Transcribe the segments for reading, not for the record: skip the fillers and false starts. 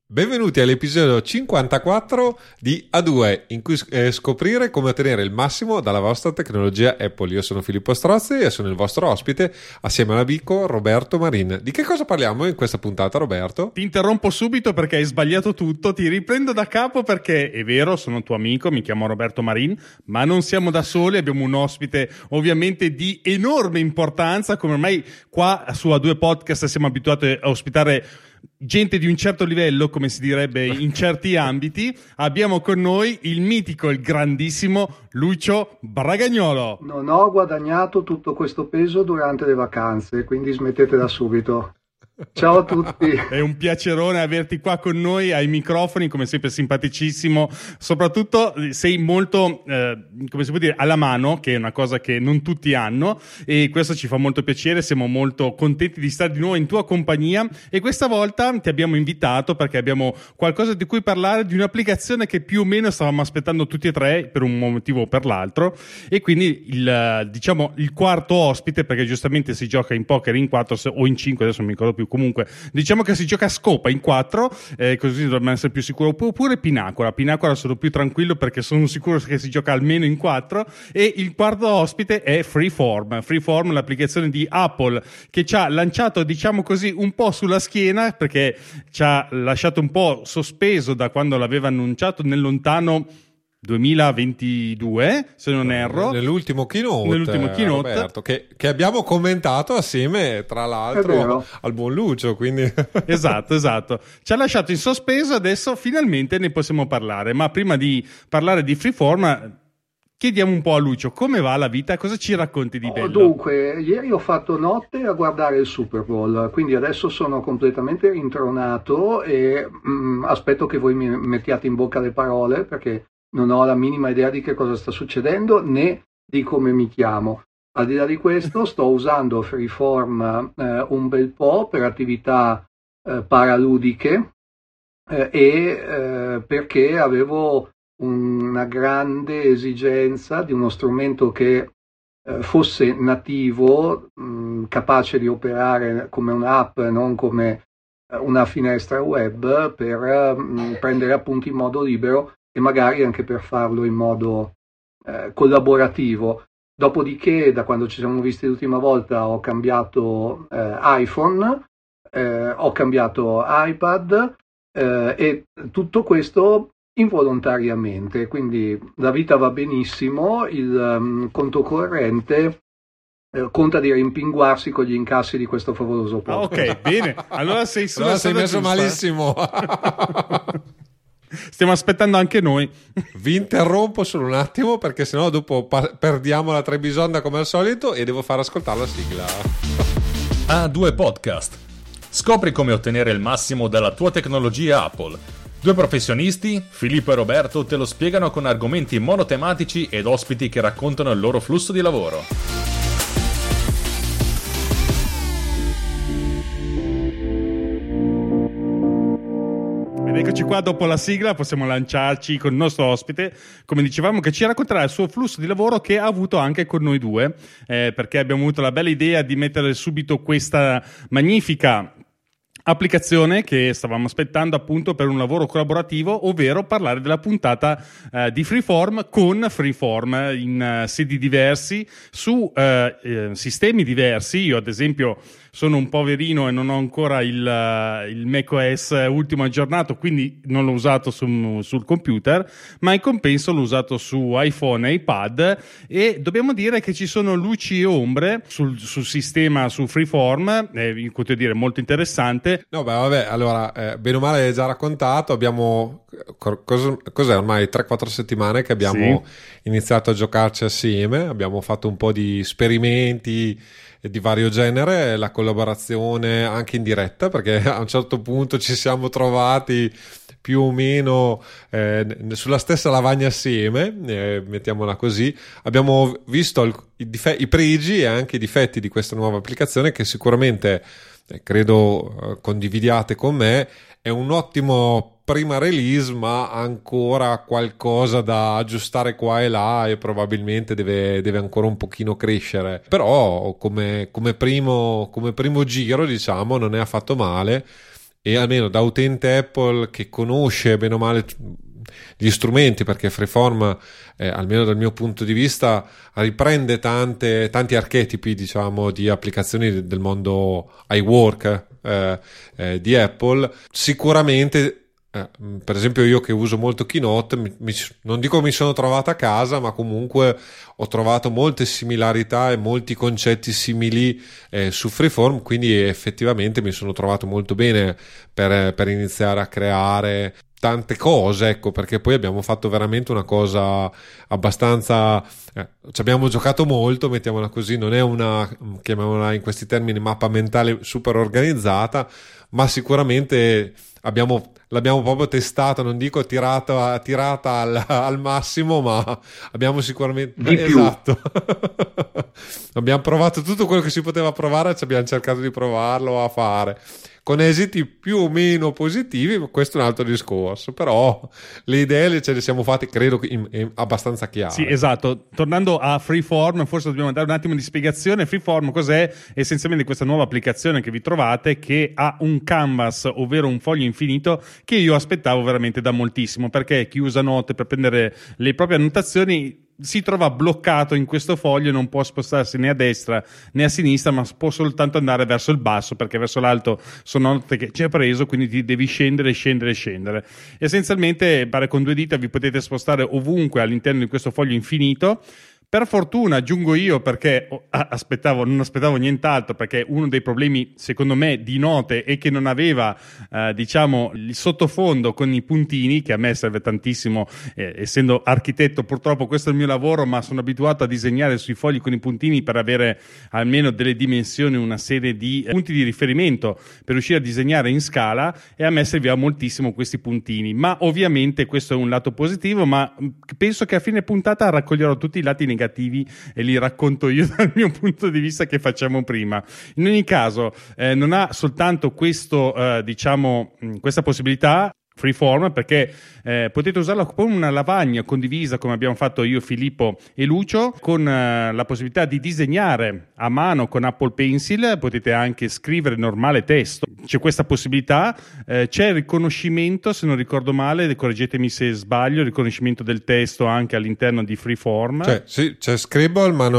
Benvenuti all'episodio 54 di A2, in cui scoprire come ottenere il massimo dalla vostra tecnologia Apple. Io sono Filippo Strozzi e sono il vostro ospite assieme all'amico Roberto Marin. Di che cosa parliamo in questa puntata, Roberto? Ti interrompo subito perché hai sbagliato tutto, ti riprendo da capo perché è vero, sono tuo amico, mi chiamo Roberto Marin, ma non siamo da soli, abbiamo un ospite ovviamente di enorme importanza, come ormai qua su A2 Podcast siamo abituati a ospitare gente di un certo livello, come si direbbe in certi ambiti. Abbiamo con noi il mitico, il grandissimo Lucio Bragagnolo. Non ho guadagnato tutto questo peso durante le vacanze, quindi smettetela subito. Ciao a tutti. È un piacerone averti qua con noi ai microfoni, come sempre simpaticissimo, soprattutto sei molto, come si può dire, alla mano, che è una cosa che non tutti hanno, e questo ci fa molto piacere, siamo molto contenti di stare di nuovo in tua compagnia e questa volta ti abbiamo invitato perché abbiamo qualcosa di cui parlare, di un'applicazione che più o meno stavamo aspettando tutti e tre per un motivo o per l'altro, e quindi il quarto ospite, perché giustamente si gioca in poker in 4 o in 5, adesso non mi ricordo più. Comunque diciamo che si gioca a scopa in 4, così dovremmo essere più sicuro, oppure Pinacora sono più tranquillo perché sono sicuro che si gioca almeno in 4. E il quarto ospite è Freeform, l'applicazione di Apple che ci ha lanciato, diciamo così, un po' sulla schiena, perché ci ha lasciato un po' sospeso da quando l'aveva annunciato nel lontano 2022, se non erro, nell'ultimo keynote, Roberto, che abbiamo commentato assieme, tra l'altro, al buon Lucio, quindi esatto, ci ha lasciato in sospeso. Adesso finalmente ne possiamo parlare, ma prima di parlare di Freeform chiediamo un po' a Lucio come va la vita, cosa ci racconti di bello? Dunque, ieri ho fatto notte a guardare il Super Bowl, quindi adesso sono completamente rintronato e aspetto che voi mi mettiate in bocca le parole, perché non ho la minima idea di che cosa sta succedendo né di come mi chiamo. Al di là di questo sto usando Freeform un bel po' per attività paraludiche perché avevo una grande esigenza di uno strumento che fosse nativo, capace di operare come un'app, non come una finestra web, per prendere appunti in modo libero e magari anche per farlo in modo collaborativo. Dopodiché, da quando ci siamo visti l'ultima volta, ho cambiato iPhone, ho cambiato iPad e tutto questo involontariamente, quindi la vita va benissimo, il conto corrente conta di rimpinguarsi con gli incassi di questo favoloso podcast. Ok, bene, allora sei messo giusta. Malissimo. Stiamo aspettando anche noi. Vi interrompo solo un attimo perché sennò dopo perdiamo la Trebisonda come al solito e devo far ascoltare la sigla. A2 Podcast. Scopri come ottenere il massimo dalla tua tecnologia Apple. Due professionisti, Filippo e Roberto, te lo spiegano con argomenti monotematici ed ospiti che raccontano il loro flusso di lavoro. Ed eccoci qua, dopo la sigla possiamo lanciarci con il nostro ospite, come dicevamo, che ci racconterà il suo flusso di lavoro che ha avuto anche con noi due, perché abbiamo avuto la bella idea di mettere subito questa magnifica applicazione che stavamo aspettando appunto per un lavoro collaborativo, ovvero parlare della puntata di Freeform con Freeform in sedi diversi, su sistemi diversi. Io ad esempio sono un poverino e non ho ancora il macOS ultimo aggiornato, quindi non l'ho usato sul computer, ma in compenso l'ho usato su iPhone e iPad, e dobbiamo dire che ci sono luci e ombre sul sistema, su Freeform, potrei dire molto interessante. No, beh, vabbè, allora, bene o male hai già raccontato, abbiamo, cos'è, ormai 3-4 settimane che abbiamo iniziato a giocarci assieme, abbiamo fatto un po' di esperimenti di vario genere, la collaborazione anche in diretta, perché a un certo punto ci siamo trovati più o meno sulla stessa lavagna assieme, mettiamola così. Abbiamo visto i pregi e anche i difetti di questa nuova applicazione, che sicuramente credo condividiate con me. È un ottimo prima release, ma ancora qualcosa da aggiustare qua e là, e probabilmente deve ancora un pochino crescere, però come primo giro, diciamo, non è affatto male. e almeno da utente Apple che conosce bene o male gli strumenti, perché Freeform, almeno dal mio punto di vista, riprende tanti archetipi, diciamo, di applicazioni del mondo iWork di Apple. Sicuramente, per esempio, io che uso molto Keynote, non dico mi sono trovato a casa, ma comunque ho trovato molte similarità e molti concetti simili su Freeform, quindi effettivamente mi sono trovato molto bene per iniziare a creare tante cose, ecco, perché poi abbiamo fatto veramente una cosa abbastanza ci abbiamo giocato molto, mettiamola così. Non è una, chiamiamola in questi termini, mappa mentale super organizzata, ma sicuramente l'abbiamo proprio testata, non dico tirata al massimo, ma abbiamo sicuramente di più. Esatto. Abbiamo provato tutto quello che si poteva provare, ci abbiamo cercato di provarlo a fare con esiti più o meno positivi. Questo è un altro discorso, però le idee ce le siamo fatte, credo, abbastanza chiare. Sì, esatto. Tornando a Freeform, forse dobbiamo dare un attimo di spiegazione. Freeform cos'è? Essenzialmente questa nuova applicazione che vi trovate, che ha un canvas, ovvero un foglio infinito, che io aspettavo veramente da moltissimo, perché chi usa Note per prendere le proprie annotazioni si trova bloccato in questo foglio e non può spostarsi né a destra né a sinistra, ma può soltanto andare verso il basso, perché verso l'alto sono note che ci ha preso, quindi ti devi scendere. Essenzialmente, pare con due dita vi potete spostare ovunque all'interno di questo foglio infinito. Per fortuna, aggiungo io, perché non aspettavo nient'altro, perché uno dei problemi, secondo me, di Note è che non aveva, diciamo, il sottofondo con i puntini, che a me serve tantissimo, essendo architetto. Purtroppo questo è il mio lavoro, ma sono abituato a disegnare sui fogli con i puntini per avere almeno delle dimensioni, una serie di punti di riferimento per riuscire a disegnare in scala, e a me serviva moltissimo questi puntini. Ma ovviamente questo è un lato positivo, ma penso che a fine puntata raccoglierò tutti i lati negativi e li racconto io dal mio punto di vista, che facciamo prima. In ogni caso, non ha soltanto questo, diciamo, questa possibilità Freeform, perché potete usarla come una lavagna condivisa, come abbiamo fatto io, Filippo e Lucio, con la possibilità di disegnare a mano con Apple Pencil. Potete anche scrivere normale testo, c'è questa possibilità. C'è il riconoscimento, se non ricordo male, correggetemi se sbaglio, il riconoscimento del testo anche all'interno di Freeform. Sì, c'è Scribble, ma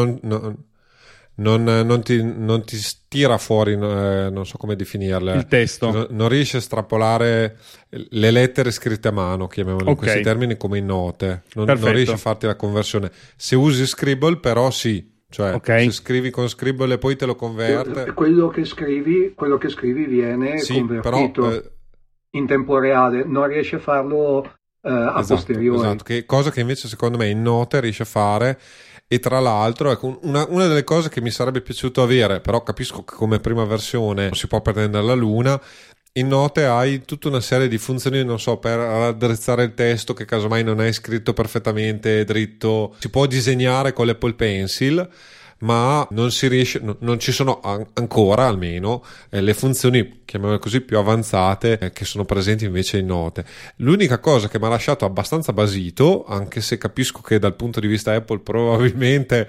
non ti tira fuori, non so come definirle, il testo. Non riesce a estrapolare le lettere scritte a mano, chiamiamole in questi termini, come in Note. Non riesce a farti la conversione. Se usi Scribble, però sì. Cioè, se scrivi con Scribble e poi te lo converte, quello che scrivi viene convertito, però, in tempo reale. Non riesci a farlo a posteriori. Esatto, cosa che invece secondo me in Note riesce a fare. E tra l'altro, ecco, una delle cose che mi sarebbe piaciuto avere, però capisco che come prima versione non si può pretendere la luna. In Note hai tutta una serie di funzioni, non so, per raddrizzare il testo che casomai non è scritto perfettamente dritto. Si può disegnare con l'Apple Pencil, ma non si riesce, non ci sono ancora, almeno, le funzioni, chiamiamole così, più avanzate che sono presenti invece in Note. L'unica cosa che mi ha lasciato abbastanza basito, anche se capisco che dal punto di vista Apple probabilmente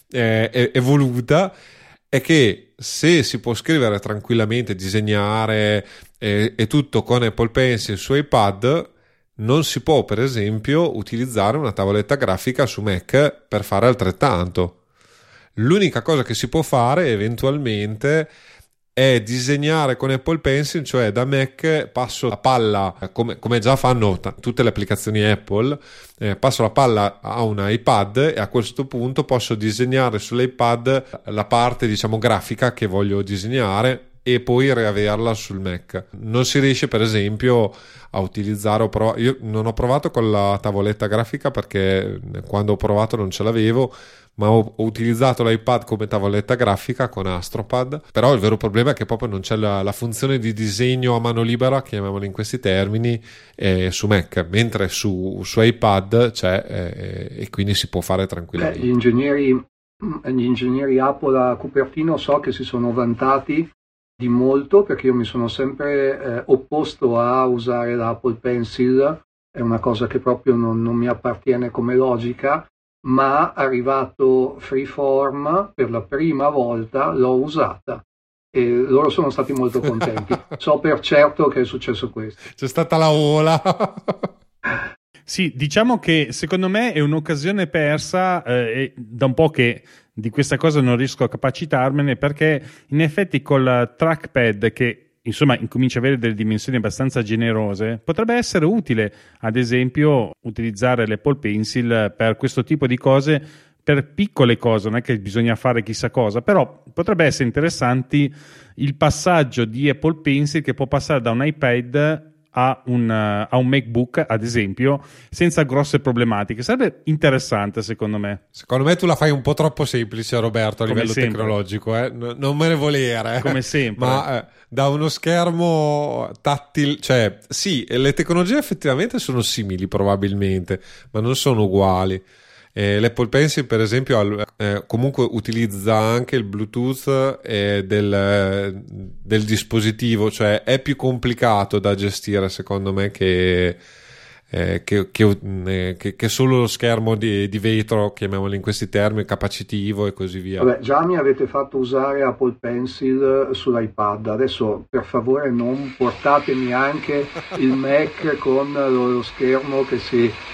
è voluta, è che se si può scrivere tranquillamente, disegnare e tutto con Apple Pencil su iPad, non si può, per esempio, utilizzare una tavoletta grafica su Mac per fare altrettanto. L'unica cosa che si può fare eventualmente è disegnare con Apple Pencil, cioè da Mac passo la palla, come già fanno tutte le applicazioni Apple, passo la palla a un iPad e a questo punto posso disegnare sull'iPad la parte, diciamo, grafica che voglio disegnare e poi riaverla sul Mac. Non si riesce, per esempio, a utilizzare, io non ho provato con la tavoletta grafica perché quando ho provato non ce l'avevo, ma ho utilizzato l'iPad come tavoletta grafica con Astropad. Però il vero problema è che proprio non c'è la funzione di disegno a mano libera, chiamiamola in questi termini, su Mac, mentre su iPad c'è, e quindi si può fare tranquillamente. Gli ingegneri Apple a Cupertino so che si sono vantati di molto, perché io mi sono sempre opposto a usare l'Apple Pencil, è una cosa che proprio non mi appartiene come logica, ma arrivato Freeform per la prima volta l'ho usata e loro sono stati molto contenti. So per certo che è successo questo. C'è stata la ola. Sì, diciamo che secondo me è un'occasione persa e da un po' che di questa cosa non riesco a capacitarmene, perché in effetti col trackpad, che insomma incomincia a avere delle dimensioni abbastanza generose, potrebbe essere utile ad esempio utilizzare l'Apple Pencil per questo tipo di cose, per piccole cose, non è che bisogna fare chissà cosa, però potrebbe essere interessante il passaggio di Apple Pencil che può passare da un iPad a un MacBook, ad esempio, senza grosse problematiche. Sarebbe interessante, secondo me. Secondo me tu la fai un po' troppo semplice, Roberto, a Come livello sempre. tecnologico. Non me ne volere. Come sempre. Ma da uno schermo tattile, cioè sì, le tecnologie effettivamente sono simili probabilmente, ma non sono uguali. L'Apple Pencil, per esempio, comunque utilizza anche il Bluetooth del dispositivo, cioè è più complicato da gestire, secondo me, che solo lo schermo di vetro, chiamiamolo in questi termini, capacitivo e così via. Vabbè, già mi avete fatto usare Apple Pencil sull'iPad, adesso per favore non portatemi anche il Mac con lo schermo che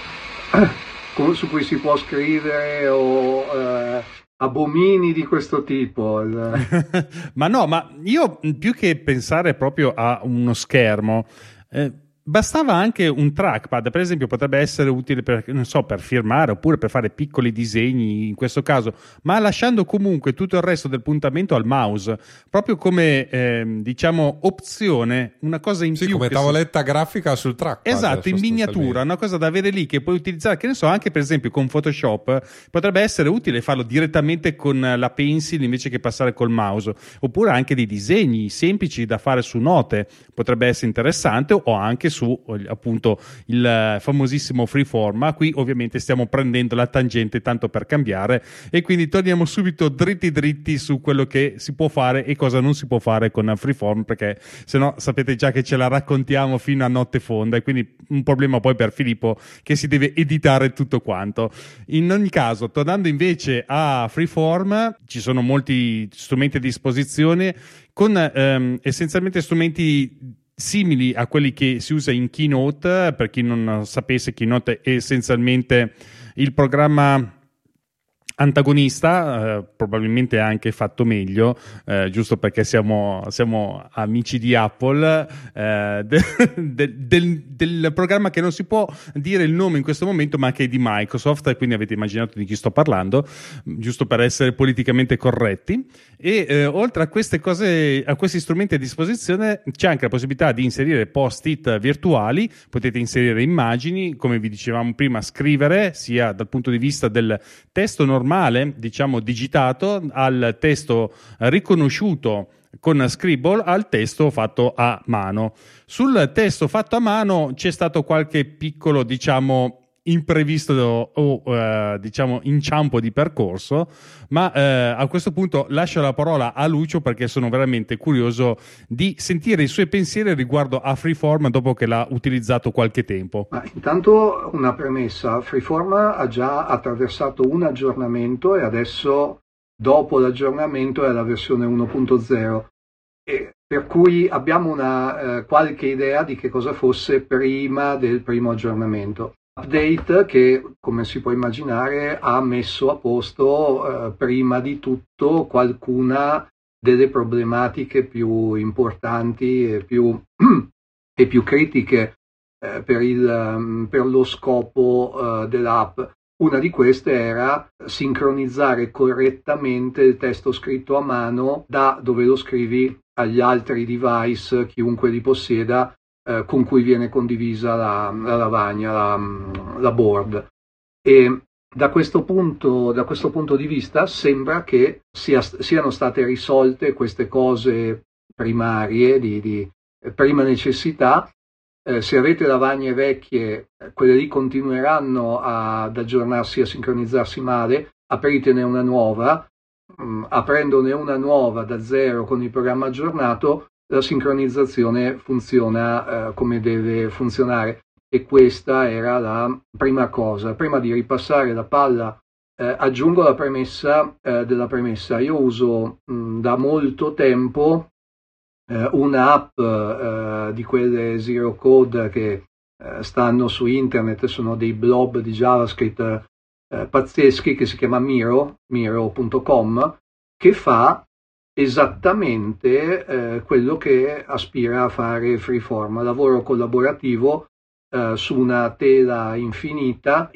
su cui si può scrivere o abomini di questo tipo. ma io più che pensare proprio a uno schermo, bastava anche un trackpad, per esempio potrebbe essere utile per, non so, per firmare oppure per fare piccoli disegni in questo caso, ma lasciando comunque tutto il resto del puntamento al mouse, proprio come diciamo opzione, una cosa in sì, più. come tavoletta grafica sul trackpad. Esatto, in miniatura, una cosa da avere lì che puoi utilizzare, che ne so, anche per esempio con Photoshop potrebbe essere utile farlo direttamente con la pencil invece che passare col mouse, oppure anche dei disegni semplici da fare su note, potrebbe essere interessante, o anche su appunto il famosissimo Freeform. Ma qui ovviamente stiamo prendendo la tangente tanto per cambiare, e quindi torniamo subito dritti su quello che si può fare e cosa non si può fare con Freeform, perché sennò sapete già che ce la raccontiamo fino a notte fonda, e quindi un problema poi per Filippo che si deve editare tutto quanto. In ogni caso, tornando invece a Freeform, ci sono molti strumenti a disposizione con essenzialmente strumenti simili a quelli che si usa in Keynote. Per chi non sapesse, Keynote è essenzialmente il programma antagonista, probabilmente anche fatto meglio, giusto perché siamo amici di Apple, del programma che non si può dire il nome in questo momento, ma che è di Microsoft, quindi avete immaginato di chi sto parlando, giusto per essere politicamente corretti. E oltre a queste cose, a questi strumenti a disposizione, c'è anche la possibilità di inserire post-it virtuali, potete inserire immagini, come vi dicevamo prima, scrivere sia dal punto di vista del testo normale, diciamo digitato, al testo riconosciuto con Scribble, al testo fatto a mano. Sul testo fatto a mano c'è stato qualche piccolo, diciamo, imprevisto o diciamo inciampo di percorso, ma a questo punto lascio la parola a Lucio, perché sono veramente curioso di sentire i suoi pensieri riguardo a Freeform dopo che l'ha utilizzato qualche tempo. Ma intanto una premessa: Freeform ha già attraversato un aggiornamento e adesso, dopo l'aggiornamento, è la versione 1.0, e per cui abbiamo una qualche idea di che cosa fosse prima del primo aggiornamento. Update che, come si può immaginare, ha messo a posto prima di tutto qualcuna delle problematiche più importanti e più critiche per lo scopo dell'app. Una di queste era sincronizzare correttamente il testo scritto a mano da dove lo scrivi agli altri device, chiunque li possieda, con cui viene condivisa la lavagna, la board. E da questo punto di vista sembra che siano state risolte queste cose primarie di prima necessità. Se avete lavagne vecchie, quelle lì continueranno ad aggiornarsi, a sincronizzarsi male. Apritene una nuova, aprendone una nuova da zero con il programma aggiornato, la sincronizzazione funziona come deve funzionare. E questa era la prima cosa. Prima di ripassare la palla aggiungo la premessa della premessa. Io uso da molto tempo un'app di quelle zero code che stanno su internet, sono dei blob di JavaScript pazzeschi, che si chiama Miro.com, che fa esattamente quello che aspira a fare Freeform: lavoro collaborativo su una tela infinita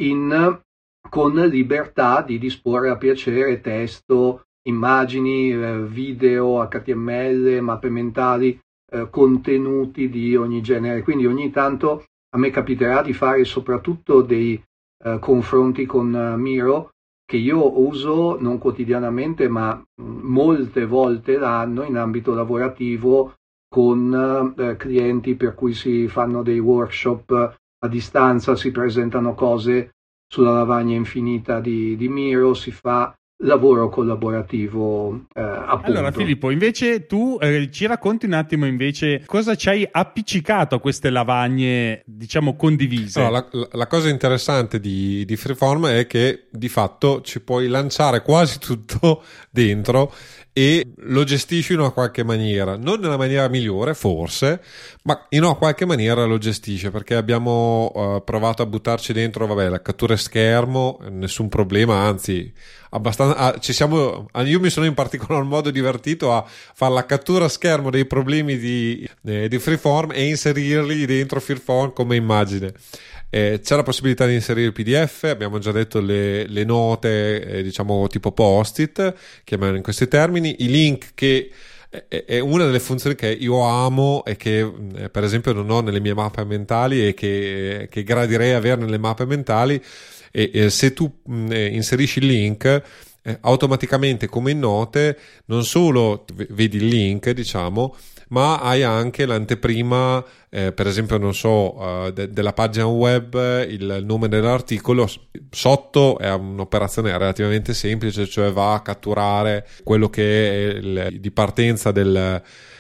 con libertà di disporre a piacere testo, immagini, video, HTML, mappe mentali, contenuti di ogni genere. Quindi ogni tanto a me capiterà di fare soprattutto dei confronti con Miro, che io uso non quotidianamente ma molte volte l'anno in ambito lavorativo, con clienti per cui si fanno dei workshop a distanza, si presentano cose sulla lavagna infinita di Miro, si fa lavoro collaborativo appunto. Allora Filippo, invece tu ci racconti un attimo invece cosa ci hai appiccicato a queste lavagne, diciamo, condivise. No, la cosa interessante di Freeform è che di fatto ci puoi lanciare quasi tutto dentro e lo gestisci in una qualche maniera, non nella maniera migliore forse, ma in una qualche maniera lo gestisce, perché abbiamo provato a buttarci dentro, vabbè, la cattura schermo, nessun problema, anzi abbastanza, io mi sono in particolar modo divertito a fare la cattura schermo dei problemi di Freeform e inserirli dentro Freeform come immagine. C'è la possibilità di inserire il PDF, abbiamo già detto le note, diciamo tipo post-it, chiamiamolo in questi termini, i link, che è una delle funzioni che io amo e che per esempio non ho nelle mie mappe mentali e che gradirei avere nelle mappe mentali. E se tu inserisci il link, automaticamente come in note non solo vedi il link, diciamo, ma hai anche l'anteprima, per esempio non so, della pagina web, il nome dell'articolo. Sotto è un'operazione relativamente semplice, cioè va a catturare quello che è di partenza della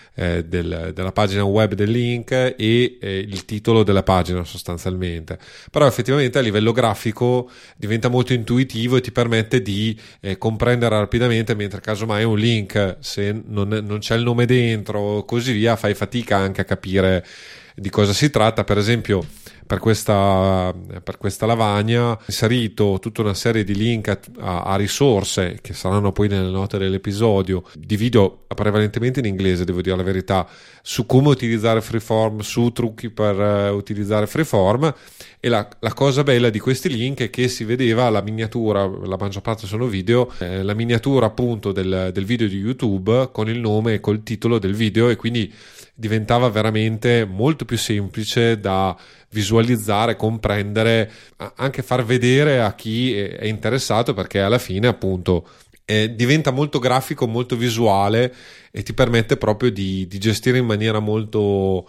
pagina web del link e il titolo della pagina sostanzialmente. Però effettivamente a livello grafico diventa molto intuitivo e ti permette di comprendere rapidamente, mentre casomai un link, se non c'è il nome dentro così via, fai fatica anche a capire di cosa si tratta. Per esempio per questa lavagna ho inserito tutta una serie di link a risorse che saranno poi nelle note dell'episodio, di video prevalentemente in inglese, devo dire la verità, su come utilizzare Freeform, su trucchi per utilizzare Freeform. E la cosa bella di questi link è che si vedeva la miniatura, la maggior parte sono video, la miniatura appunto del video di YouTube con il nome e col titolo del video, e quindi diventava veramente molto più semplice da visualizzare, comprendere, anche far vedere a chi è interessato, perché alla fine appunto diventa molto grafico, molto visuale, e ti permette proprio di gestire in maniera molto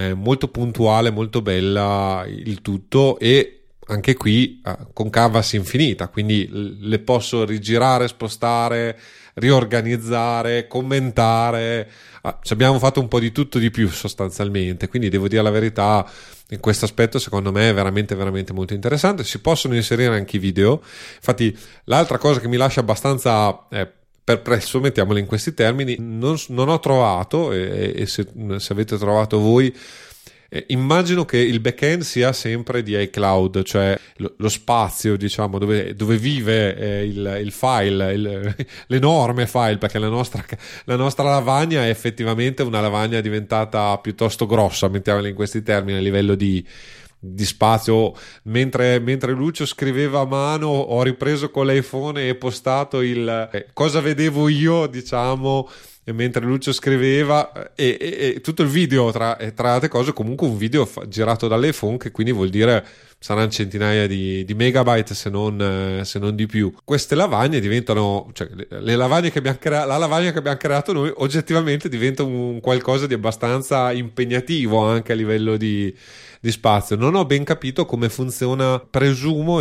puntuale, molto bella il tutto. E anche qui con canvas infinita, quindi le posso rigirare, spostare, riorganizzare, commentare. Ci abbiamo fatto un po' di tutto di più sostanzialmente, quindi devo dire la verità, in questo aspetto secondo me è veramente veramente molto interessante. Si possono inserire anche i video. Infatti l'altra cosa che mi lascia abbastanza perplesso, mettiamolo in questi termini, non ho trovato, e se avete trovato voi, immagino che il backend sia sempre di iCloud, cioè lo spazio, diciamo, dove vive il file, l'enorme file, perché la nostra lavagna è effettivamente una lavagna diventata piuttosto grossa, mettiamola in questi termini, a livello di spazio. Mentre Lucio scriveva a mano, ho ripreso con l'iPhone e postato cosa vedevo io, diciamo, e mentre Lucio scriveva, e tutto il video tra altre cose, comunque un video girato dall'iPhone, che quindi vuol dire saranno centinaia di megabyte, se non di più. Queste lavagne diventano, cioè le lavagne che abbiamo la lavagna che abbiamo creato noi oggettivamente diventa un qualcosa di abbastanza impegnativo anche a livello di spazio. Non ho ben capito come funziona, presumo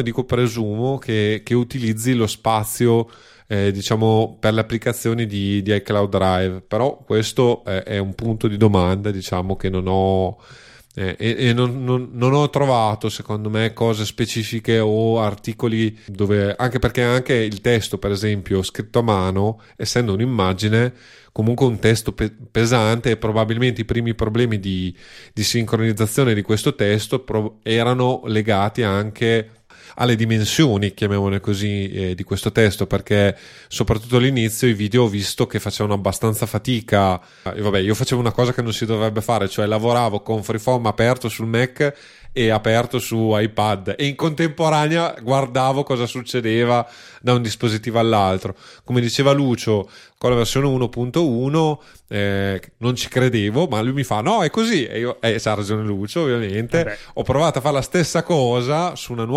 che utilizzi lo spazio diciamo per le applicazioni di iCloud Drive, però questo è un punto di domanda, diciamo, che non ho e non ho trovato, secondo me, cose specifiche o articoli dove, anche perché anche il testo, per esempio, scritto a mano, essendo un'immagine, comunque un testo pesante, e probabilmente i primi problemi di sincronizzazione di questo testo erano legati anche alle dimensioni, chiamiamole così, di questo testo, perché soprattutto all'inizio i video ho visto che facevano abbastanza fatica. E vabbè, io facevo una cosa che non si dovrebbe fare, cioè lavoravo con Freeform aperto sul Mac e aperto su iPad, e in contemporanea guardavo cosa succedeva da un dispositivo all'altro. Come diceva Lucio, con la versione 1.1 non ci credevo, ma lui mi fa no, è così, e io c'ha ragione Lucio, ovviamente. Vabbè. Ho provato a fare la stessa cosa su una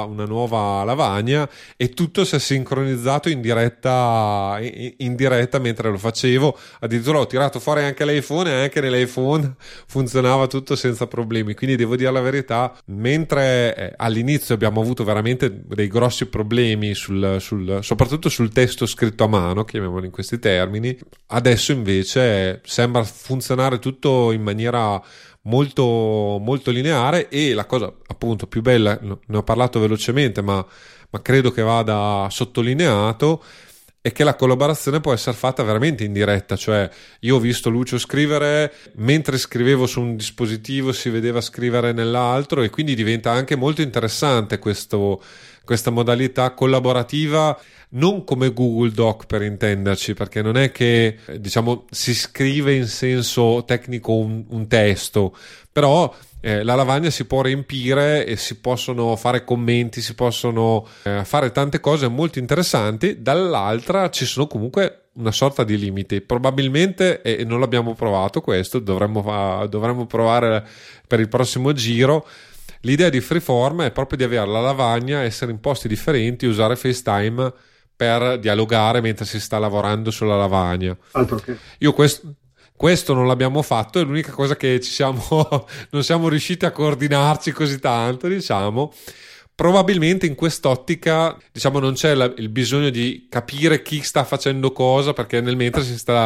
nuova lavagna, e tutto si è sincronizzato in diretta mentre lo facevo. Addirittura ho tirato fuori anche l'iPhone, e anche nell'iPhone funzionava tutto senza problemi. Quindi devo dire la verità, mentre all'inizio abbiamo avuto veramente dei grossi problemi soprattutto sul testo scritto a mano, chiamiamolo in questi termini, adesso invece sembra funzionare tutto in maniera molto, molto lineare. E la cosa appunto più bella, ne ho parlato velocemente, ma credo che vada sottolineato, è che la collaborazione può essere fatta veramente in diretta. Cioè, io ho visto Lucio scrivere, mentre scrivevo su un dispositivo si vedeva scrivere nell'altro, e quindi diventa anche molto interessante questa modalità collaborativa, non come Google Doc, per intenderci, perché non è che diciamo si scrive in senso tecnico un testo, però la lavagna si può riempire e si possono fare commenti, si possono fare tante cose molto interessanti. Dall'altra ci sono comunque una sorta di limiti, probabilmente, e non l'abbiamo provato questo, dovremmo provare per il prossimo giro. L'idea di Freeform è proprio di avere la lavagna, essere in posti differenti, usare FaceTime per dialogare mentre si sta lavorando sulla lavagna. Altro che. Io questo non l'abbiamo fatto, è l'unica cosa che non siamo riusciti a coordinarci così tanto, diciamo. Probabilmente in quest'ottica, diciamo, non c'è il bisogno di capire chi sta facendo cosa, perché nel mentre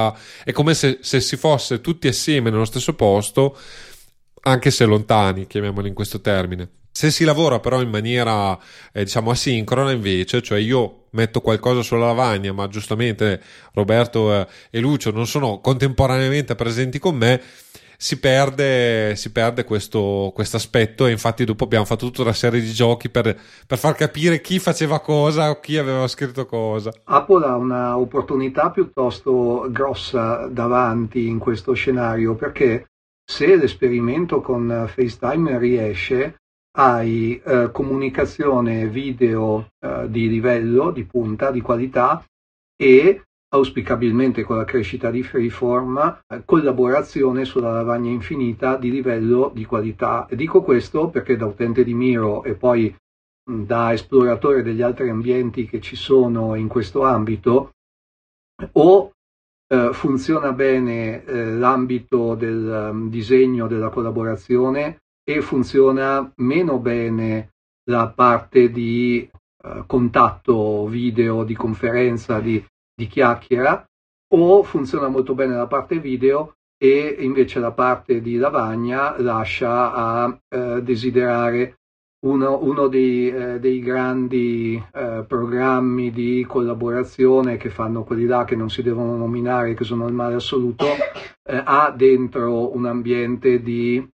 è come se si fosse tutti assieme nello stesso posto, anche se lontani, chiamiamolo in questo termine. Se si lavora però in maniera diciamo asincrona, invece, cioè io metto qualcosa sulla lavagna, ma giustamente Roberto e Lucio non sono contemporaneamente presenti con me, si perde questo aspetto. E infatti dopo abbiamo fatto tutta una serie di giochi per far capire chi faceva cosa o chi aveva scritto cosa. Apple ha una opportunità piuttosto grossa davanti in questo scenario, perché se l'esperimento con FaceTime riesce, hai comunicazione video di livello, di punta, di qualità, e auspicabilmente con la crescita di Freeform collaborazione sulla lavagna infinita di livello, di qualità. E dico questo perché da utente di Miro e poi da esploratore degli altri ambienti che ci sono in questo ambito, o funziona bene l'ambito del disegno, della collaborazione, e funziona meno bene la parte di contatto video, di conferenza, di chiacchiera, o funziona molto bene la parte video e invece la parte di lavagna lascia a desiderare. Uno dei grandi programmi di collaborazione che fanno quelli là che non si devono nominare, che sono il male assoluto, ha dentro un ambiente di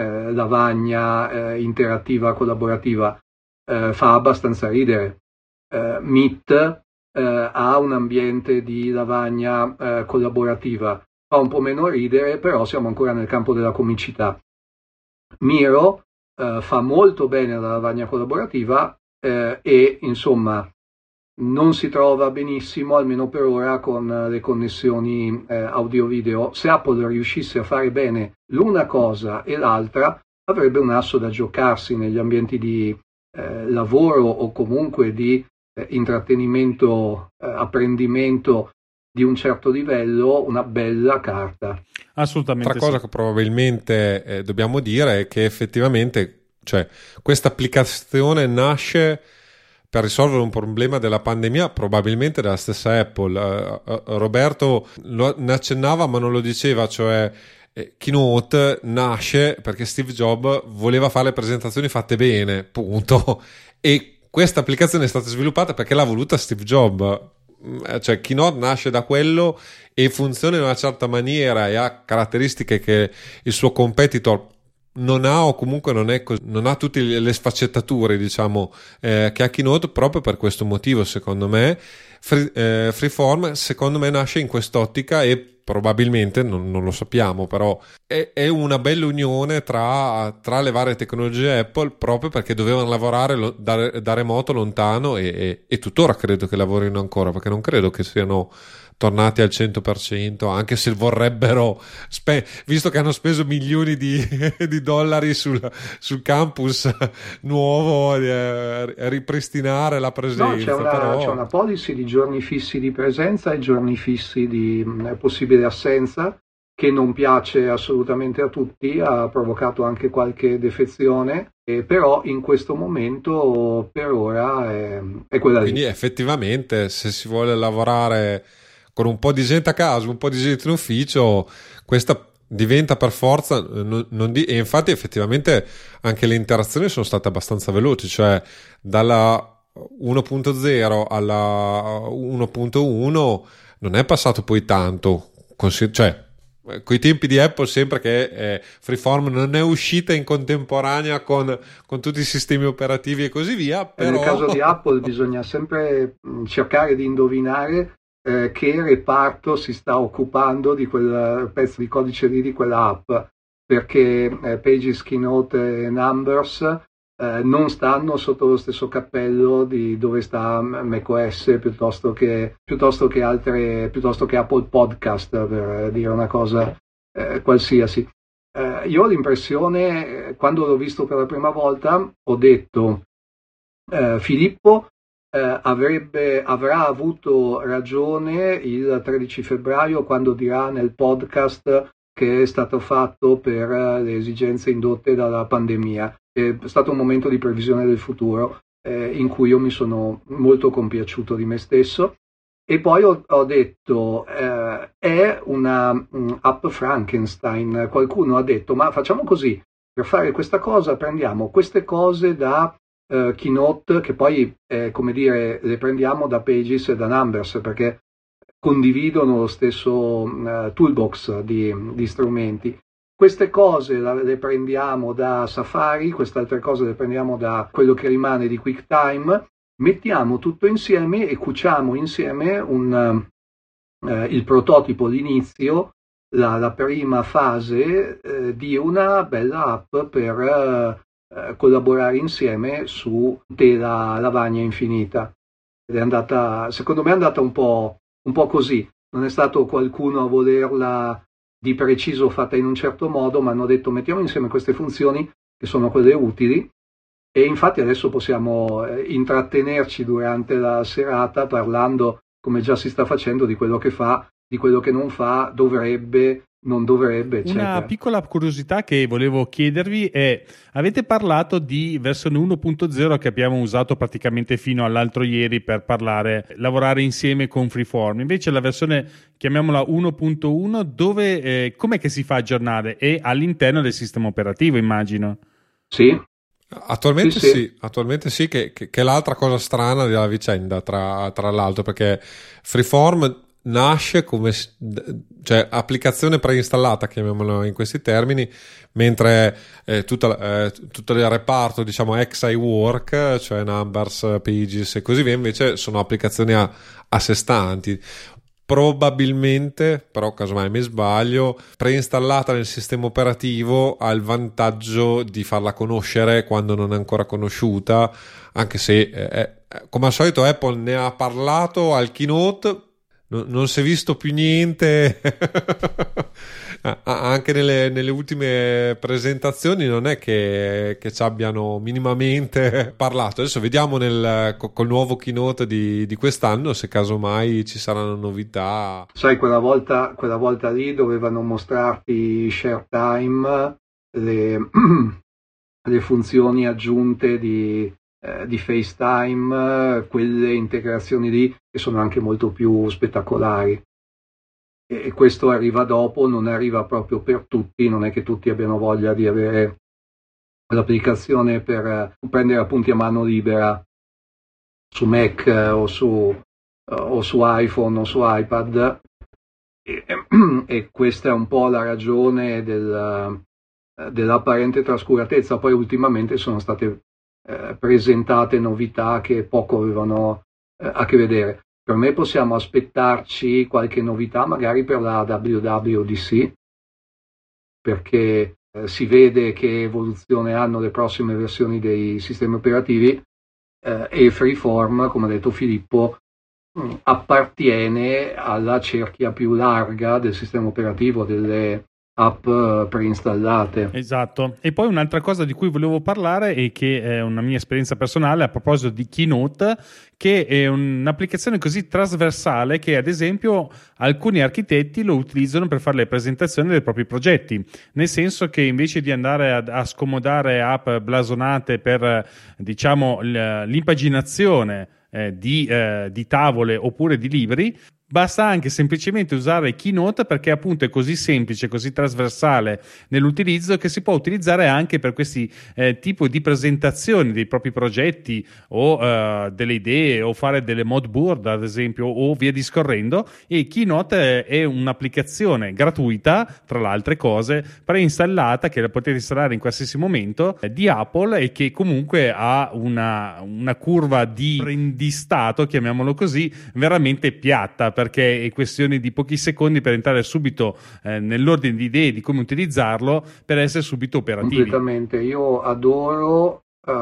lavagna interattiva collaborativa, fa abbastanza ridere. Meet ha un ambiente di lavagna collaborativa, fa un po' meno ridere, però siamo ancora nel campo della comicità. Miro fa molto bene la lavagna collaborativa e insomma non si trova benissimo, almeno per ora, con le connessioni audio-video. Se Apple riuscisse a fare bene l'una cosa e l'altra, avrebbe un asso da giocarsi negli ambienti di lavoro o comunque di intrattenimento, apprendimento di un certo livello, una bella carta. Assolutamente. Altra cosa che probabilmente dobbiamo dire è che effettivamente, cioè, questa applicazione nasce per risolvere un problema della pandemia, probabilmente della stessa Apple. Roberto ne accennava ma non lo diceva, cioè Keynote nasce perché Steve Jobs voleva fare le presentazioni fatte bene, punto. E questa applicazione è stata sviluppata perché l'ha voluta Steve Jobs. Cioè Keynote nasce da quello e funziona in una certa maniera e ha caratteristiche che il suo competitor non ha, o comunque non ha tutte le sfaccettature, diciamo, che ha Keynote, proprio per questo motivo. Secondo me Freeform secondo me nasce in quest'ottica e probabilmente, non lo sappiamo, però è una bella unione tra le varie tecnologie Apple, proprio perché dovevano lavorare da remoto, lontano, e tuttora credo che lavorino ancora, perché non credo che siano tornati al 100%, anche se vorrebbero, visto che hanno speso milioni di dollari sul campus nuovo, ripristinare la presenza. No, c'è una policy di giorni fissi di presenza e giorni fissi di possibile assenza, che non piace assolutamente a tutti, ha provocato anche qualche defezione, però in questo momento per ora è quella lì. Quindi effettivamente, se si vuole lavorare con un po' di gente a casa, un po' di gente in ufficio, questa diventa per forza, e infatti effettivamente anche le interazioni sono state abbastanza veloci, cioè dalla 1.0 alla 1.1 non è passato poi tanto, cioè coi tempi di Apple, sempre che Freeform non è uscita in contemporanea con tutti i sistemi operativi e così via, però... Nel caso di Apple bisogna sempre cercare di indovinare che reparto si sta occupando di quel pezzo di codice lì, di quella app, perché Pages, Keynote e Numbers non stanno sotto lo stesso cappello di dove sta macOS piuttosto che Apple Podcast, per dire una cosa qualsiasi. Io ho l'impressione, quando l'ho visto per la prima volta, ho detto Filippo avrà avuto ragione il 13 febbraio quando dirà nel podcast che è stato fatto per le esigenze indotte dalla pandemia. È stato un momento di previsione del futuro in cui io mi sono molto compiaciuto di me stesso, e poi ho detto è una app Frankenstein. Qualcuno ha detto ma facciamo così, per fare questa cosa prendiamo queste cose da Keynote, che poi come dire le prendiamo da Pages e da Numbers perché condividono lo stesso toolbox di strumenti. Queste cose le prendiamo da Safari, queste altre cose le prendiamo da quello che rimane di QuickTime, mettiamo tutto insieme e cuciamo insieme il prototipo, l'inizio, la prima fase di una bella app per collaborare insieme su tela lavagna infinita. Ed è andata, secondo me è andata un po' così, non è stato qualcuno a volerla di preciso fatta in un certo modo, ma hanno detto mettiamo insieme queste funzioni che sono quelle utili, e infatti adesso possiamo intrattenerci durante la serata parlando, come già si sta facendo, di quello che fa, di quello che non fa, dovrebbe, non dovrebbe, eccetera. Una piccola curiosità che volevo chiedervi è: avete parlato di versione 1.0 che abbiamo usato praticamente fino all'altro ieri per lavorare insieme con Freeform, invece la versione, chiamiamola 1.1, dove com'è che si fa aggiornare? È all'interno del sistema operativo, immagino. Sì. Attualmente sì, che è l'altra cosa strana della vicenda, tra l'altro, perché Freeform nasce come, cioè, applicazione preinstallata, chiamiamola in questi termini, mentre tutto il reparto, diciamo, ex-iWork, cioè Numbers, Pages e così via, invece sono applicazioni a sé stanti. Probabilmente, però casomai mi sbaglio, preinstallata nel sistema operativo ha il vantaggio di farla conoscere quando non è ancora conosciuta, anche se come al solito Apple ne ha parlato al keynote, non si è visto più niente. Anche nelle ultime presentazioni non è che ci abbiano minimamente parlato. Adesso vediamo col nuovo keynote di quest'anno se casomai ci saranno novità. Sai, quella volta lì dovevano mostrarti ShareTime, le funzioni aggiunte di FaceTime, quelle integrazioni lì che sono anche molto più spettacolari. e questo arriva dopo, non arriva proprio per tutti, non è che tutti abbiano voglia di avere l'applicazione per prendere appunti a mano libera su Mac o su iPhone o su iPad, e questa è un po' la ragione dell'apparente trascuratezza. Poi ultimamente sono state presentate novità che poco avevano a che vedere. Per me possiamo aspettarci qualche novità magari per la WWDC, perché si vede che evoluzione hanno le prossime versioni dei sistemi operativi, e Freeform, come ha detto Filippo, appartiene alla cerchia più larga del sistema operativo, delle app preinstallate. Esatto. E poi un'altra cosa di cui volevo parlare, e che è una mia esperienza personale a proposito di Keynote, che è un'applicazione così trasversale che ad esempio alcuni architetti lo utilizzano per fare le presentazioni dei propri progetti, nel senso che invece di andare a scomodare app blasonate per, diciamo, l'impaginazione di tavole oppure di libri, basta anche semplicemente usare Keynote, perché appunto è così semplice, così trasversale nell'utilizzo, che si può utilizzare anche per questi tipo di presentazioni dei propri progetti o delle idee, o fare delle mod board ad esempio, o via discorrendo. E Keynote è un'applicazione gratuita, tra le altre cose, preinstallata, che la potete installare in qualsiasi momento, di Apple, e che comunque ha una curva di apprendistato, chiamiamolo così, veramente piatta, perché è questione di pochi secondi per entrare subito nell'ordine di idee di come utilizzarlo per essere subito operativi. Completamente. Io adoro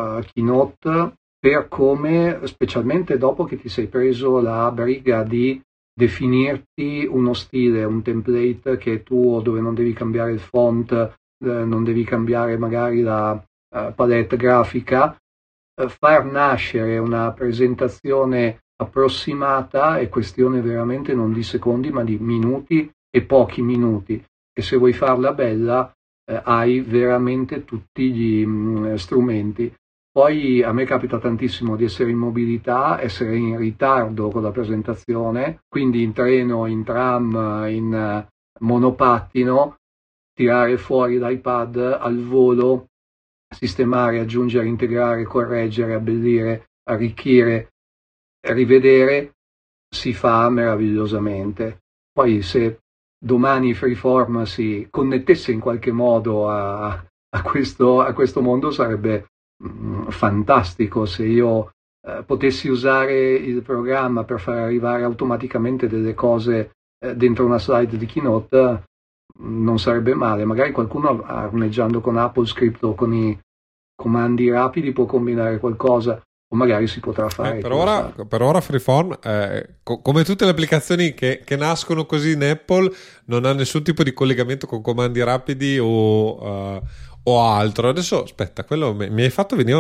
Keynote per come, specialmente dopo che ti sei preso la briga di definirti uno stile, un template che è tuo, dove non devi cambiare il font, non devi cambiare magari la palette grafica, far nascere una presentazione approssimata è questione veramente non di secondi ma di minuti, e pochi minuti, e se vuoi farla bella hai veramente tutti gli strumenti. Poi a me capita tantissimo di essere in mobilità, essere in ritardo con la presentazione, quindi in treno, in tram, in monopattino, tirare fuori l'iPad al volo, sistemare, aggiungere, integrare, correggere, abbellire, arricchire, rivedere, si fa meravigliosamente. Poi se domani Freeform si connettesse in qualche modo a questo mondo, sarebbe fantastico. Se io potessi usare il programma per far arrivare automaticamente delle cose dentro una slide di Keynote, non sarebbe male. Magari qualcuno armeggiando con AppleScript o con i comandi rapidi può combinare qualcosa, o magari si potrà fare. Per ora Freeform, come tutte le applicazioni che nascono così in Apple, non ha nessun tipo di collegamento con comandi rapidi o altro. Adesso aspetta, quello mi hai fatto venire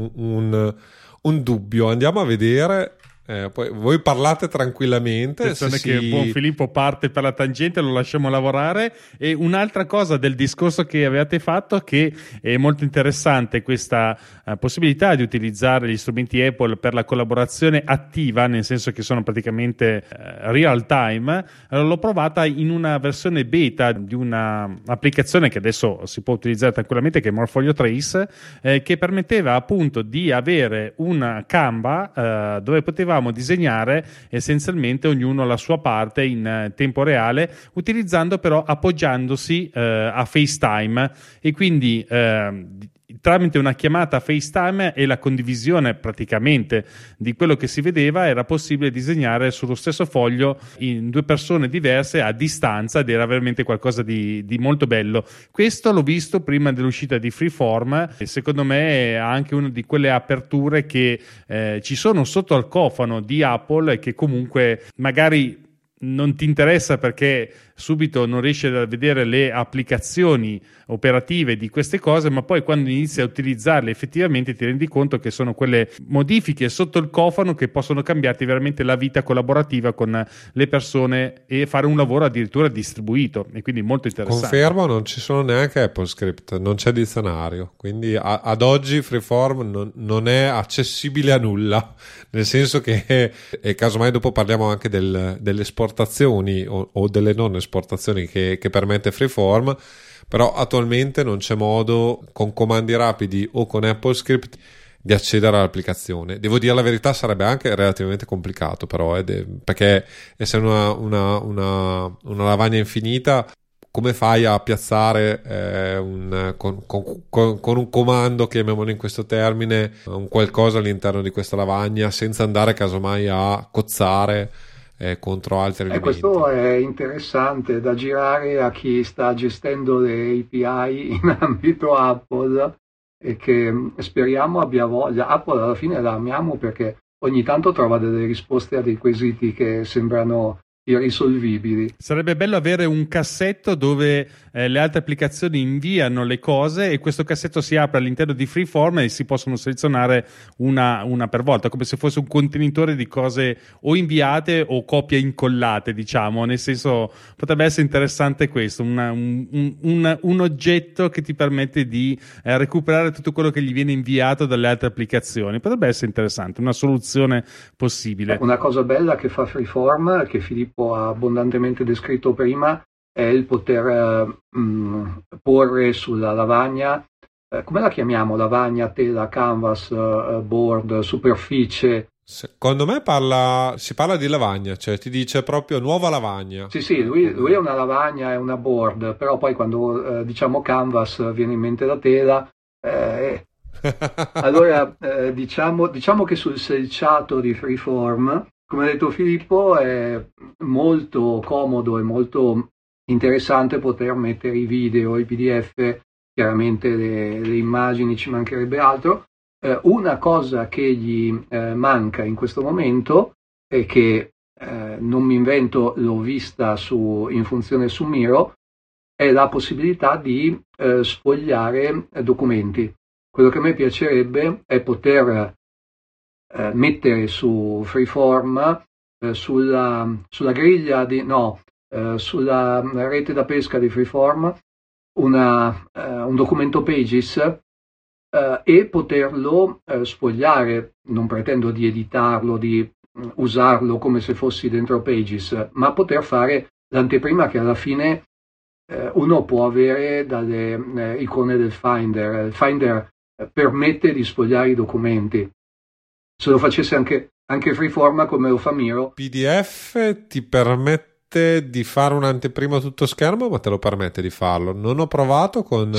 un dubbio. Andiamo a vedere. Poi voi parlate tranquillamente. Attenzione che buon Filippo parte per la tangente, lo lasciamo lavorare. E un'altra cosa del discorso che avevate fatto, che è molto interessante, questa possibilità di utilizzare gli strumenti Apple per la collaborazione attiva, nel senso che sono praticamente real time. L'ho provata in una versione beta di una applicazione che adesso si può utilizzare tranquillamente, che è Morpholio Trace, che permetteva appunto di avere una Canva dove potevamo disegnare essenzialmente ognuno la sua parte in tempo reale, utilizzando però appoggiandosi a FaceTime, e quindi tramite una chiamata FaceTime e la condivisione praticamente di quello che si vedeva era possibile disegnare sullo stesso foglio in due persone diverse a distanza, ed era veramente qualcosa di molto bello. Questo l'ho visto prima dell'uscita di Freeform, e secondo me è anche una di quelle aperture che ci sono sotto al cofano di Apple, e che comunque magari non ti interessa perché subito non riesci a vedere le applicazioni operative di queste cose, ma poi quando inizi a utilizzarle effettivamente ti rendi conto che sono quelle modifiche sotto il cofano che possono cambiarti veramente la vita collaborativa con le persone e fare un lavoro addirittura distribuito, e quindi molto interessante. Confermo, non ci sono neanche AppleScript, non c'è dizionario, quindi ad oggi Freeform non è accessibile a nulla, nel senso che, e casomai dopo parliamo anche dell'esportazione esportazioni o delle non esportazioni che permette Freeform, però attualmente non c'è modo con comandi rapidi o con AppleScript di accedere all'applicazione. Devo dire la verità, sarebbe anche relativamente complicato, però perché essendo una lavagna infinita, come fai a piazzare con un comando, chiamiamolo in questo termine, un qualcosa all'interno di questa lavagna senza andare casomai a cozzare contro altri elementi? Questo è interessante da girare a chi sta gestendo le API in ambito Apple e che speriamo abbia voglia. Apple alla fine la amiamo perché ogni tanto trova delle risposte a dei quesiti che sembrano irrisolvibili. Sarebbe bello avere un cassetto dove le altre applicazioni inviano le cose e questo cassetto si apre all'interno di Freeform e si possono selezionare una per volta, come se fosse un contenitore di cose o inviate o copie incollate, diciamo. Nel senso, potrebbe essere interessante questo, un oggetto che ti permette di recuperare tutto quello che gli viene inviato dalle altre applicazioni. Potrebbe essere interessante, una soluzione possibile. Una cosa bella che fa Freeform, che Filippo ha abbondantemente descritto prima, è il poter porre sulla lavagna, come la chiamiamo? Lavagna, tela, canvas, board, superficie. Secondo me si parla di lavagna, cioè ti dice proprio nuova lavagna. Sì, lui è una lavagna, è una board, però poi quando diciamo canvas viene in mente la tela. Allora diciamo che sul selciato di Freeform, come ha detto Filippo, è molto comodo e molto interessante poter mettere i video, i PDF, chiaramente le immagini, ci mancherebbe altro. Una cosa che gli manca in questo momento è che non mi invento, l'ho vista in funzione su Miro, è la possibilità di sfogliare documenti. Quello che a me piacerebbe è poter mettere su Freeform sulla griglia sulla rete da pesca di Freeform un documento Pages e poterlo sfogliare. Non pretendo di editarlo, di usarlo come se fossi dentro Pages, ma poter fare l'anteprima che alla fine uno può avere dalle icone del Finder. Il Finder permette di sfogliare i documenti. Se lo facesse anche Freeform come lo fa Miro. PDF ti permette di fare un'anteprima a tutto schermo, ma te lo permette di farlo. Non ho provato con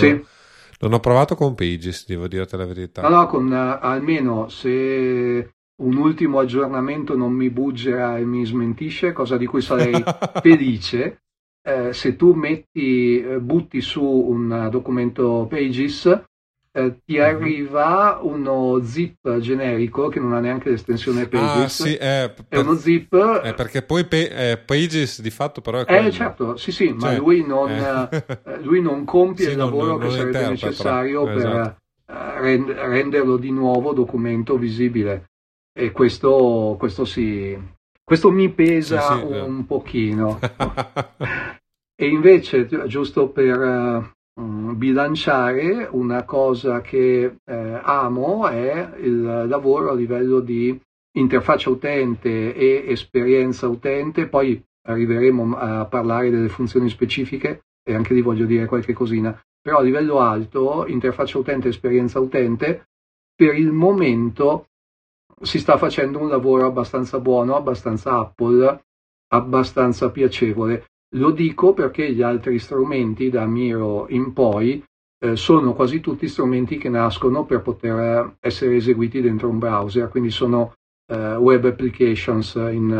Pages, devo dirti la verità. No, con almeno se un ultimo aggiornamento non mi buggera e mi smentisce, cosa di cui sarei felice, se tu butti su un documento Pages, ti arriva uno zip generico che non ha neanche l'estensione Pages. Sì, è uno zip. Perché poi Pages di fatto però è quello. Certo, sì, ma lui non compie il lavoro che sarebbe necessario per renderlo di nuovo documento visibile. E questo mi pesa un pochino. E invece, giusto per bilanciare, una cosa che amo è il lavoro a livello di interfaccia utente e esperienza utente. Poi arriveremo a parlare delle funzioni specifiche e anche lì voglio dire qualche cosina, però a livello alto, interfaccia utente e esperienza utente, per il momento si sta facendo un lavoro abbastanza buono, abbastanza Apple, abbastanza piacevole. Lo dico perché gli altri strumenti da Miro in poi sono quasi tutti strumenti che nascono per poter essere eseguiti dentro un browser, quindi sono web applications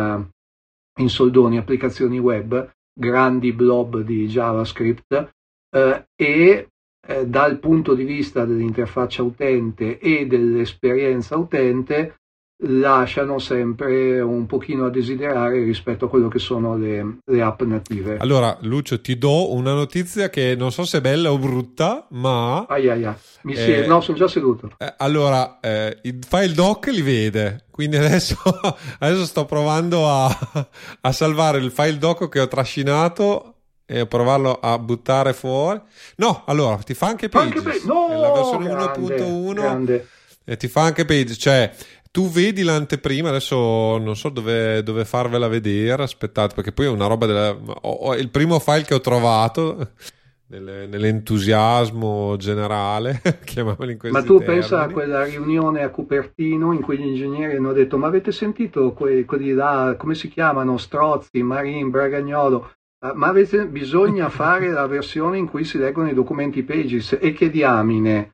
in soldoni, applicazioni web, grandi blob di JavaScript e dal punto di vista dell'interfaccia utente e dell'esperienza utente lasciano sempre un pochino a desiderare rispetto a quello che sono le app native. Allora, Lucio, ti do una notizia che non so se è bella o brutta, ma... No, sono già seduto. Allora, i file doc li vede, quindi adesso sto provando a salvare il file doc che ho trascinato e provarlo a buttare fuori. No, allora, ti fa anche Pages. No, la versione 1.1 ti fa anche Pages, cioè tu vedi l'anteprima, adesso non so dove farvela vedere, aspettate, perché poi è una roba il primo file che ho trovato nell'entusiasmo generale, chiamiamolo in questi Ma tu termini. pensa a quella riunione a Cupertino in cui gli ingegneri hanno detto: ma avete sentito quelli là, come si chiamano, Strozzi, Marin, Bragagnolo? Ma bisogna fare la versione in cui si leggono i documenti Pages, e che diamine.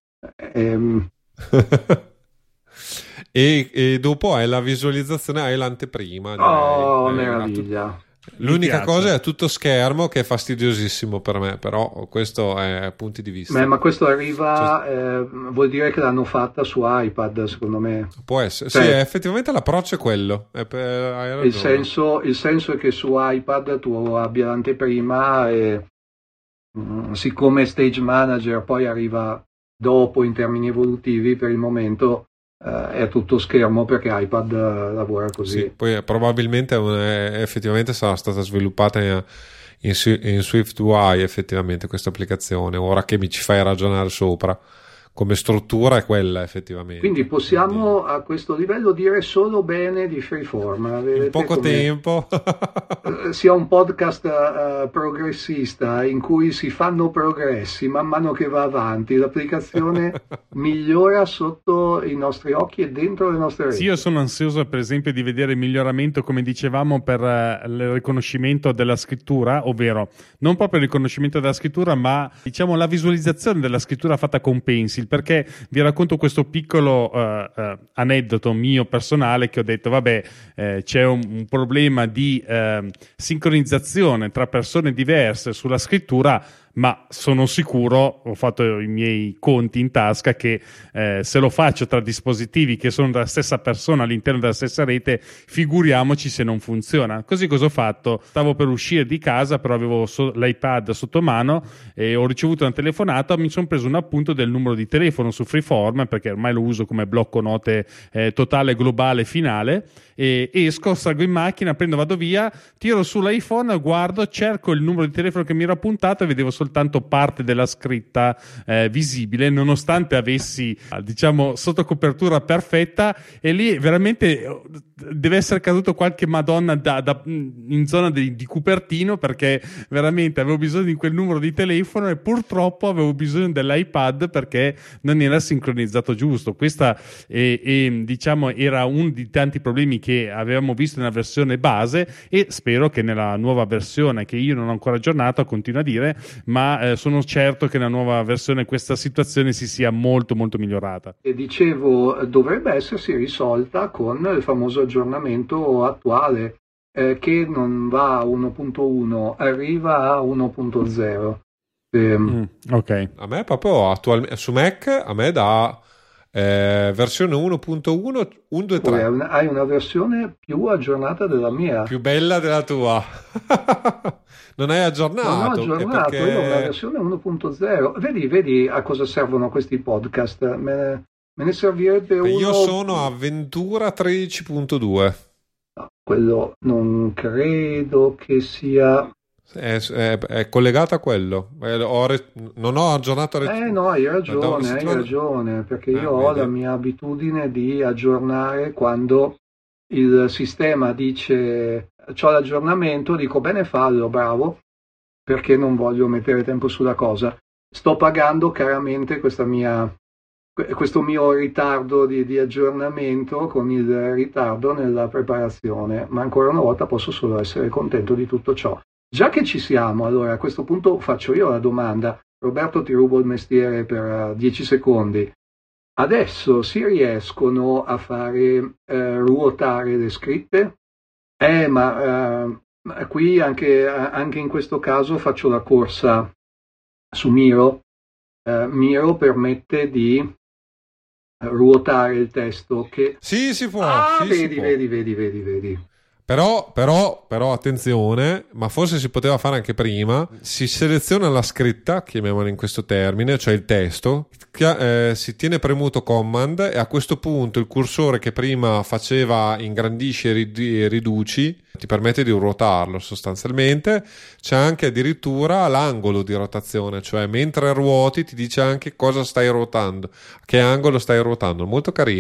E dopo hai la visualizzazione, hai l'anteprima. Meraviglia. L'unica cosa è tutto schermo, che è fastidiosissimo per me, però questo è punti di vista. Ma questo arriva, vuol dire che l'hanno fatta su iPad, secondo me. Può essere, sì, effettivamente l'approccio è quello. Il senso è che su iPad tu abbia l'anteprima e siccome Stage Manager poi arriva dopo in termini evolutivi, per il momento è tutto schermo perché iPad lavora così. Sì, poi probabilmente effettivamente sarà stata sviluppata in SwiftUI effettivamente questa applicazione, ora che mi ci fai ragionare sopra. Come struttura è quella effettivamente. Quindi possiamo a questo livello dire solo bene di Freeform. In poco tempo. Sia un podcast progressista in cui si fanno progressi man mano che va avanti, l'applicazione migliora sotto i nostri occhi e dentro le nostre reti. Sì, io sono ansioso per esempio di vedere il miglioramento, come dicevamo, per il riconoscimento della scrittura, ovvero non proprio il riconoscimento della scrittura, ma diciamo la visualizzazione della scrittura fatta con Pencil. Perché vi racconto questo piccolo aneddoto mio personale, che ho detto c'è un problema di sincronizzazione tra persone diverse sulla scrittura, ma sono sicuro, ho fatto i miei conti in tasca, che se lo faccio tra dispositivi che sono della stessa persona all'interno della stessa rete, figuriamoci se non funziona. Così cosa ho fatto? Stavo per uscire di casa, però avevo l'iPad sotto mano e ho ricevuto una telefonata, mi sono preso un appunto del numero di telefono su Freeform, perché ormai lo uso come blocco note totale, globale, finale, e esco, salgo in macchina, vado via, tiro sull'iPhone, guardo, cerco il numero di telefono che mi era appuntato e vedevo soltanto parte della scritta visibile, nonostante avessi diciamo sotto copertura perfetta, e lì veramente deve essere caduto qualche Madonna in zona di Cupertino, perché veramente avevo bisogno di quel numero di telefono e purtroppo avevo bisogno dell'iPad perché non era sincronizzato giusto. Questa diciamo era uno di tanti problemi che avevamo visto nella versione base, e spero che nella nuova versione, che io non ho ancora aggiornato, continuo a dire, ma sono certo che nella nuova versione questa situazione si sia molto molto migliorata. E dicevo, dovrebbe essersi risolta con il famoso aggiornamento attuale, che non va a 1.1, arriva a 1.0. Ok. A me proprio attualmente su Mac a me dà versione 1.1, 1.3. Hai una versione più aggiornata della mia. Più bella della tua. Non hai aggiornato? Non ho aggiornato, perché... io ho una versione 1.0. Vedi a cosa servono questi podcast? Me ne servirebbe uno. Io sono a Ventura 13.2. No, quello non credo che sia... È collegato a quello. Non ho aggiornato. No, hai ragione, perché io ho la mia abitudine di aggiornare quando il sistema dice c'ho l'aggiornamento, dico bene, fallo, bravo, perché non voglio mettere tempo sulla cosa. Sto pagando caramente questo mio ritardo di aggiornamento con il ritardo nella preparazione, ma ancora una volta posso solo essere contento di tutto ciò. Già che ci siamo, allora a questo punto faccio io la domanda. Roberto, ti rubo il mestiere per 10 secondi. Adesso si riescono a fare ruotare le scritte? Ma qui anche in questo caso faccio la corsa su Miro. Miro permette di ruotare il testo che... Sì, si può. Vedi. Però attenzione, ma forse si poteva fare anche prima. Si seleziona la scritta, chiamiamola in questo termine, cioè il testo, si tiene premuto Command, e a questo punto il cursore che prima faceva ingrandisci e riduci ti permette di ruotarlo sostanzialmente. C'è anche addirittura l'angolo di rotazione, cioè mentre ruoti ti dice anche cosa stai ruotando, a che angolo stai ruotando. Molto carino,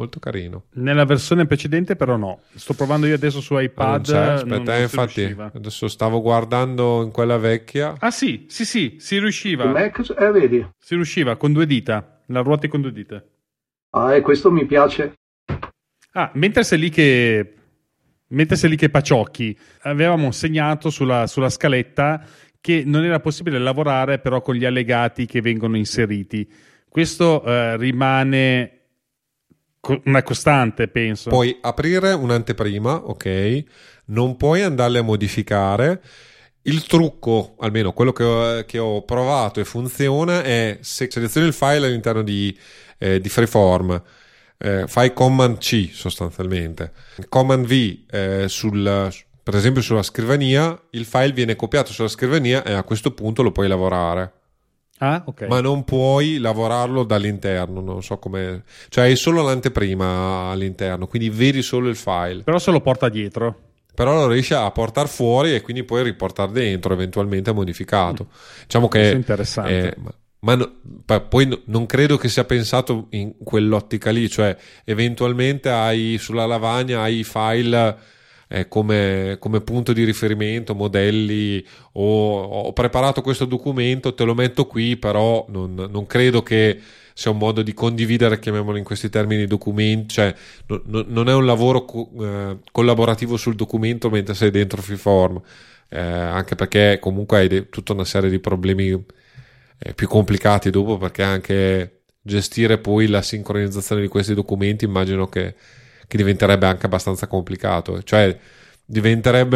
molto carino. Nella versione precedente però no, sto provando io adesso su iPad. Aspetta, non infatti riusciva. adesso stavo guardando in quella vecchia. Ah sì, si riusciva. Vedi? Si riusciva con 2 dita, la ruota con 2 dita. Ah, e questo mi piace. Ah, mentre sei lì che paciocchi, avevamo segnato sulla scaletta che non era possibile lavorare però con gli allegati che vengono inseriti. Questo rimane una costante, penso. Puoi aprire un'anteprima, ok? Non puoi andarle a modificare. Il trucco, almeno quello che ho provato e funziona, è se selezioni il file all'interno di Freeform, fai Command C sostanzialmente, Command V per esempio sulla scrivania, il file viene copiato sulla scrivania e a questo punto lo puoi lavorare. Ah, ok. Ma non puoi lavorarlo dall'interno, non so come, cioè hai solo l'anteprima all'interno, quindi vedi solo il file. Però se lo porta dietro. Però lo riesci a portare fuori e quindi puoi riportare dentro, eventualmente modificato. Diciamo che Questo è interessante. Poi non credo che sia pensato in quell'ottica lì, cioè eventualmente hai sulla lavagna hai i file come punto di riferimento, modelli, o ho preparato questo documento, te lo metto qui, però non credo che sia un modo di condividere, chiamiamolo in questi termini, documenti, cioè non è un lavoro collaborativo sul documento mentre sei dentro Freeform, anche perché comunque hai tutta una serie di problemi più complicati dopo, perché anche gestire poi la sincronizzazione di questi documenti immagino che diventerebbe anche abbastanza complicato, cioè diventerebbe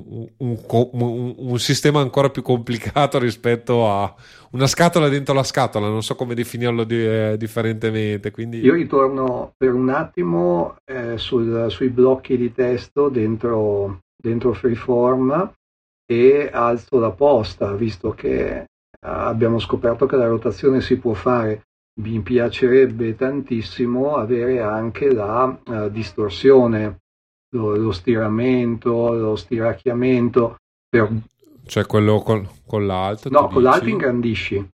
un sistema ancora più complicato rispetto a una scatola dentro la scatola, non so come definirlo differentemente. Quindi io ritorno per un attimo sui blocchi di testo dentro Freeform e alzo la posta, visto che abbiamo scoperto che la rotazione si può fare. Mi piacerebbe tantissimo avere anche la distorsione, lo stiramento, lo stiracchiamento. Cioè quello con l'alto? No, con l'alto ingrandisci.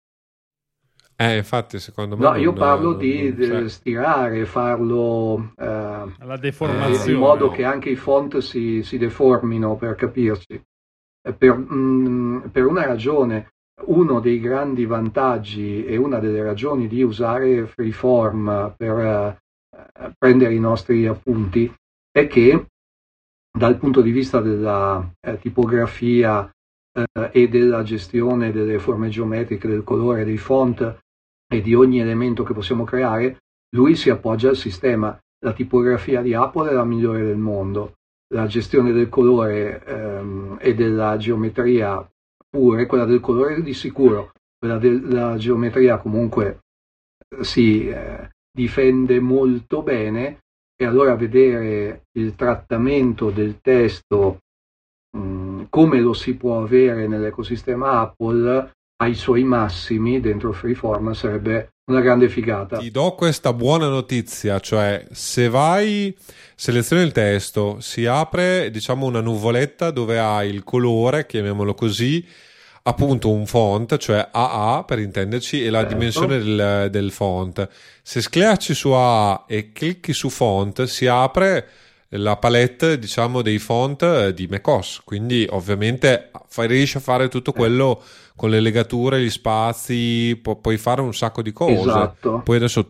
Infatti secondo me no, io parlo di stirare, farlo la deformazione, in modo che anche i font si deformino, per capirci. Per una ragione. Uno dei grandi vantaggi e una delle ragioni di usare Freeform per prendere i nostri appunti è che dal punto di vista della tipografia e della gestione delle forme geometriche, del colore, dei font e di ogni elemento che possiamo creare, lui si appoggia al sistema. La tipografia di Apple è la migliore del mondo, la gestione del colore e della geometria pure, quella del colore di sicuro, quella della geometria comunque si difende molto bene, e allora vedere il trattamento del testo come lo si può avere nell'ecosistema Apple ai suoi massimi dentro Freeform sarebbe una grande figata. Ti do questa buona notizia, cioè se selezioni il testo, si apre diciamo una nuvoletta dove hai il colore, chiamiamolo così, appunto un font, cioè AA per intenderci, e la dimensione del font. Se schiacci su AA e clicchi su font, si apre la palette diciamo dei font di macOS, quindi ovviamente riesci a fare tutto quello con le legature, gli spazi, puoi fare un sacco di cose. Esatto. Poi adesso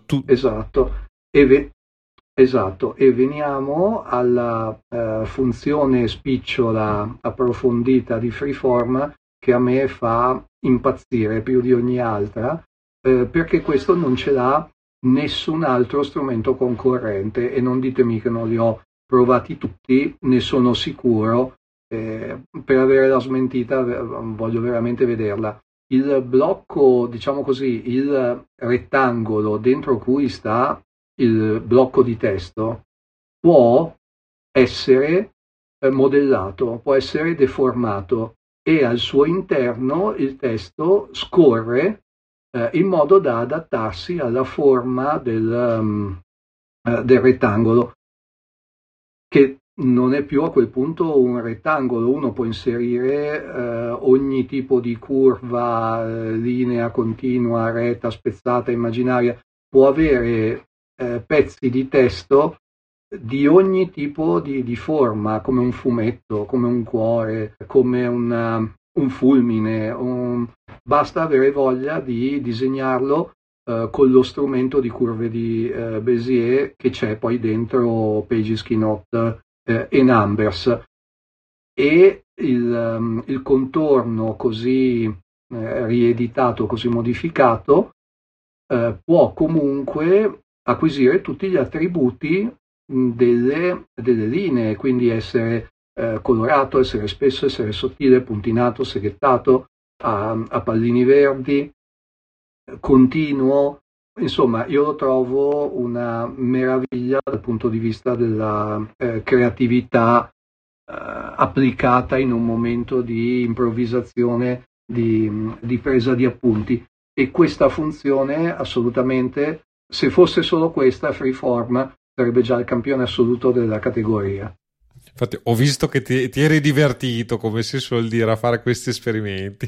Esatto, e veniamo alla funzione spicciola approfondita di Freeform, che a me fa impazzire più di ogni altra, perché questo non ce l'ha nessun altro strumento concorrente, e non ditemi che non li ho provati tutti, ne sono sicuro. Per avere la smentita voglio veramente vederla. Il blocco, diciamo così, il rettangolo dentro cui sta il blocco di testo può essere modellato, può essere deformato, e al suo interno il testo scorre in modo da adattarsi alla forma del rettangolo, che non è più a quel punto un rettangolo. Uno può inserire ogni tipo di curva, linea continua, retta, spezzata, immaginaria, può avere pezzi di testo di ogni tipo di forma, come un fumetto, come un cuore, come un fulmine. Basta avere voglia di disegnarlo con lo strumento di curve di Bézier che c'è poi dentro Pages, Keynote e Numbers. E il contorno così rieditato, così modificato, può comunque acquisire tutti gli attributi delle linee, quindi essere colorato, essere spesso, essere sottile, puntinato, seghettato, a pallini verdi, continuo. Insomma, io lo trovo una meraviglia dal punto di vista della creatività applicata in un momento di improvvisazione, di presa di appunti. E questa funzione assolutamente, se fosse solo questa, Freeform sarebbe già il campione assoluto della categoria. Infatti ho visto che ti eri divertito, come si suol dire, a fare questi esperimenti.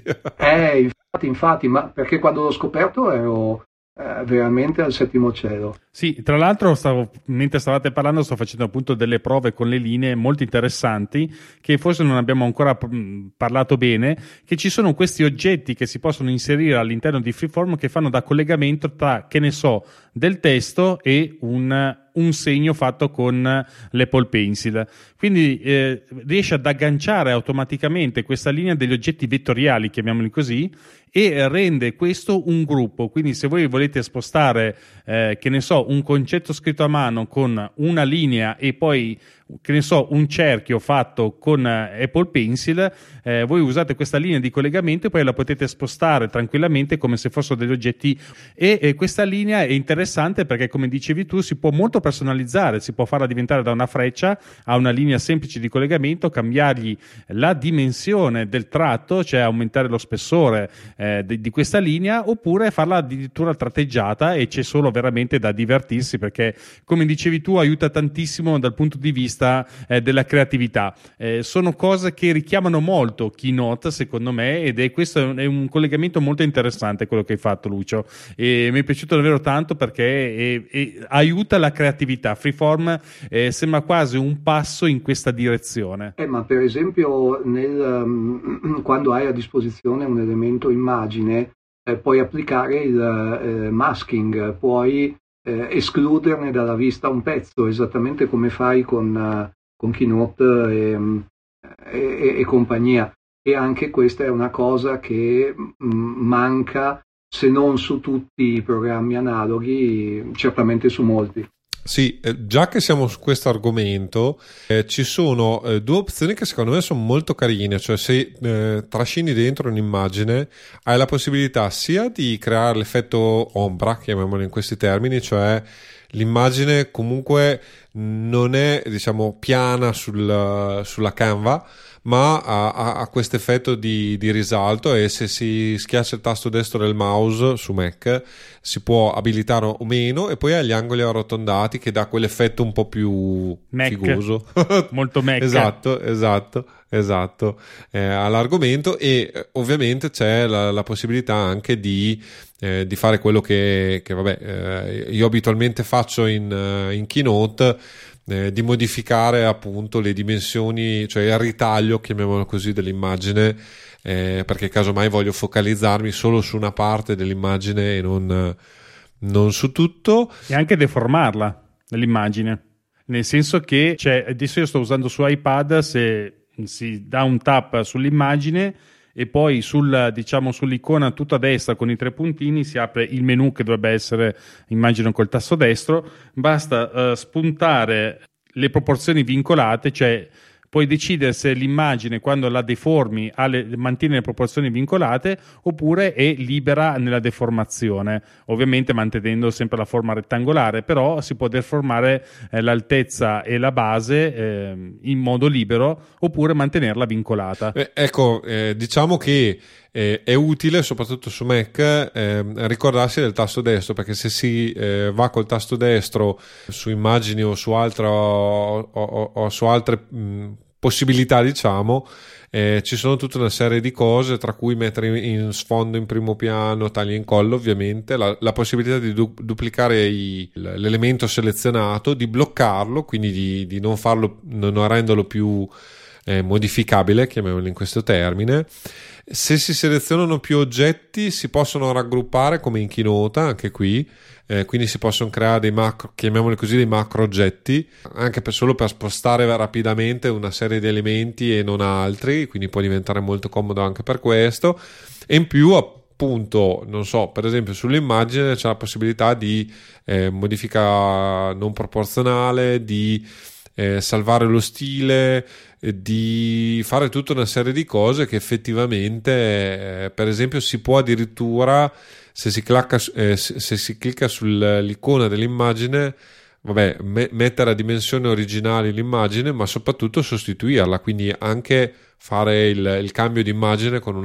Infatti, ma perché quando l'ho scoperto ero veramente al settimo cielo. Sì, tra l'altro mentre stavate parlando sto facendo appunto delle prove con le linee molto interessanti che forse non abbiamo ancora parlato bene, che ci sono questi oggetti che si possono inserire all'interno di Freeform che fanno da collegamento tra, che ne so, del testo e un segno fatto con l'Apple Pencil. Quindi riesce ad agganciare automaticamente questa linea degli oggetti vettoriali, chiamiamoli così, e rende questo un gruppo. Quindi se voi volete spostare, che ne so, un concetto scritto a mano con una linea e poi, che ne so, un cerchio fatto con Apple Pencil, voi usate questa linea di collegamento e poi la potete spostare tranquillamente come se fossero degli oggetti. E questa linea è interessante perché, come dicevi tu, si può molto personalizzare, si può farla diventare da una freccia a una linea semplice di collegamento, cambiargli la dimensione del tratto, cioè aumentare lo spessore di questa linea, oppure farla addirittura tratteggiata, e c'è solo veramente da divertirsi perché, come dicevi tu, aiuta tantissimo dal punto di vista della creatività. Sono cose che richiamano molto Keynote, secondo me, ed questo è un collegamento molto interessante quello che hai fatto, Lucio, e mi è piaciuto davvero tanto perché aiuta la creatività. Freeform sembra quasi un passo in questa direzione. Ma per esempio quando hai a disposizione un elemento immagine, puoi applicare il masking, puoi escluderne dalla vista un pezzo, esattamente come fai con Keynote e compagnia. E anche questa è una cosa che manca, se non su tutti i programmi analoghi, certamente su molti. Sì, già che siamo su questo argomento, ci sono due opzioni che secondo me sono molto carine. Cioè, se trascini dentro un'immagine, hai la possibilità sia di creare l'effetto ombra, chiamiamolo in questi termini, cioè l'immagine comunque non è, diciamo, piana sulla canva, ma ha questo effetto di risalto, e se si schiaccia il tasto destro del mouse su Mac si può abilitare o meno, e poi ha gli angoli arrotondati che dà quell'effetto un po' più Mac. figoso. Molto Mac. Esatto, all'argomento. E ovviamente c'è la possibilità anche di fare quello che vabbè, io abitualmente faccio in Keynote, di modificare appunto le dimensioni, cioè il ritaglio, chiamiamolo così, dell'immagine, perché casomai voglio focalizzarmi solo su una parte dell'immagine e non su tutto. E anche deformarla, l'immagine, nel senso che, cioè, adesso io sto usando su iPad, se si dà un tap sull'immagine e poi sull'icona tutta a destra con i tre puntini si apre il menu che dovrebbe essere, immagino, col tasto destro. Basta spuntare le proporzioni vincolate, cioè puoi decidere se l'immagine, quando la deformi, mantiene le proporzioni vincolate oppure è libera nella deformazione, ovviamente mantenendo sempre la forma rettangolare, però si può deformare l'altezza e la base in modo libero, oppure mantenerla vincolata. Ecco, diciamo che è utile, soprattutto su Mac, ricordarsi del tasto destro, perché se si va col tasto destro su immagini o su altre possibilità, diciamo. Ci sono tutta una serie di cose, tra cui mettere in sfondo in primo piano, taglia e incolla, ovviamente, la possibilità di duplicare l'elemento selezionato, di bloccarlo, quindi di non farlo, non renderlo più modificabile, chiamiamolo in questo termine. Se si selezionano più oggetti si possono raggruppare come in Keynote, anche qui, quindi si possono creare dei macro, chiamiamoli così, dei macro oggetti, anche solo per spostare rapidamente una serie di elementi e non altri, quindi può diventare molto comodo anche per questo. E in più, appunto, non so, per esempio sull'immagine c'è la possibilità di modifica non proporzionale, di salvare lo stile, di fare tutta una serie di cose che effettivamente, per esempio, si può addirittura, se si clicca sull'icona dell'immagine, mettere a dimensioni originali l'immagine, ma soprattutto sostituirla, quindi anche fare il cambio di immagine con un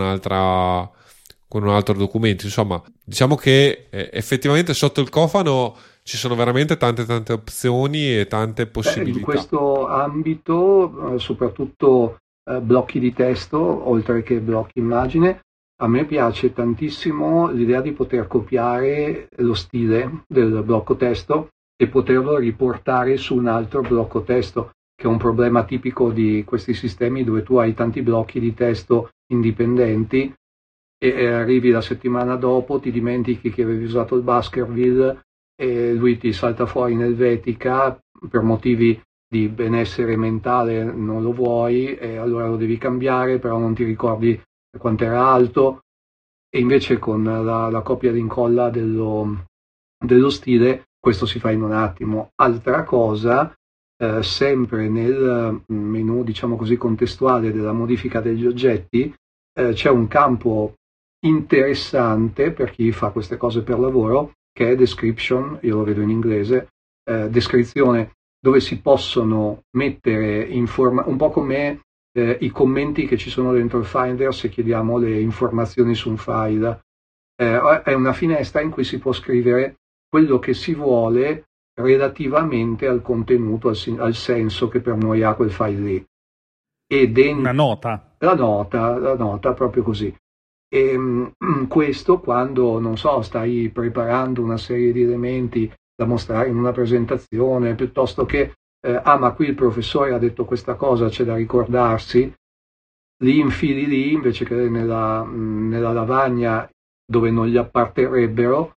altro documento. Insomma, diciamo che effettivamente sotto il cofano ci sono veramente tante opzioni e tante possibilità. In questo ambito, soprattutto blocchi di testo, oltre che blocchi immagine, a me piace tantissimo l'idea di poter copiare lo stile del blocco testo e poterlo riportare su un altro blocco testo, che è un problema tipico di questi sistemi dove tu hai tanti blocchi di testo indipendenti e arrivi la settimana dopo, ti dimentichi che avevi usato il Baskerville e lui ti salta fuori in Helvetica, per motivi di benessere mentale non lo vuoi e allora lo devi cambiare, però non ti ricordi quanto era alto, e invece con la copia d'incolla dello stile questo si fa in un attimo. Altra cosa, sempre nel menu, diciamo così, contestuale della modifica degli oggetti, c'è un campo interessante per chi fa queste cose per lavoro, che è description, io lo vedo in inglese, descrizione, dove si possono mettere un po' come i commenti che ci sono dentro il Finder se chiediamo le informazioni su un file. È una finestra in cui si può scrivere quello che si vuole relativamente al contenuto, al senso che per noi ha quel file lì. Una nota. La nota, proprio così. E questo quando, non so, stai preparando una serie di elementi da mostrare in una presentazione, piuttosto che ma qui il professore ha detto questa cosa, c'è da ricordarsi, li infili lì invece che nella lavagna dove non gli apparterrebbero,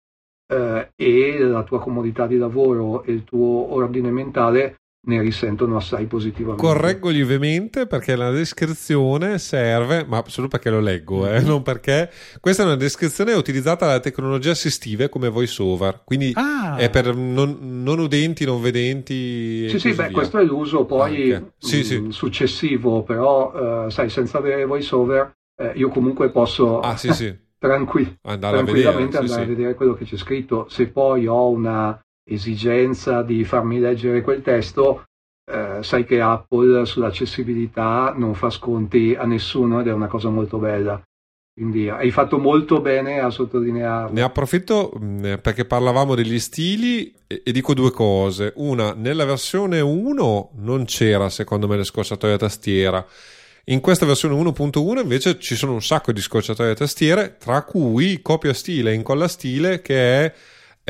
e la tua comodità di lavoro e il tuo ordine mentale ne risentono assai positivamente. Correggo lievemente perché la descrizione serve, ma solo perché lo leggo, non perché questa è una descrizione utilizzata dalle tecnologie assistive come VoiceOver, quindi è per non udenti, non vedenti. Sì, via. Questo è l'uso poi successivo, però sai, senza avere VoiceOver io comunque posso tranquillamente andare a vedere quello che c'è scritto. Se poi ho una esigenza di farmi leggere quel testo, sai che Apple sull'accessibilità non fa sconti a nessuno ed è una cosa molto bella, quindi hai fatto molto bene a sottolinearlo. Ne approfitto perché parlavamo degli stili e dico due cose. Una, nella versione 1 non c'era secondo me le scorciatoie a tastiera. In questa versione 1.1 invece ci sono un sacco di scorciatoie a tastiere, tra cui copia stile e incolla stile, che è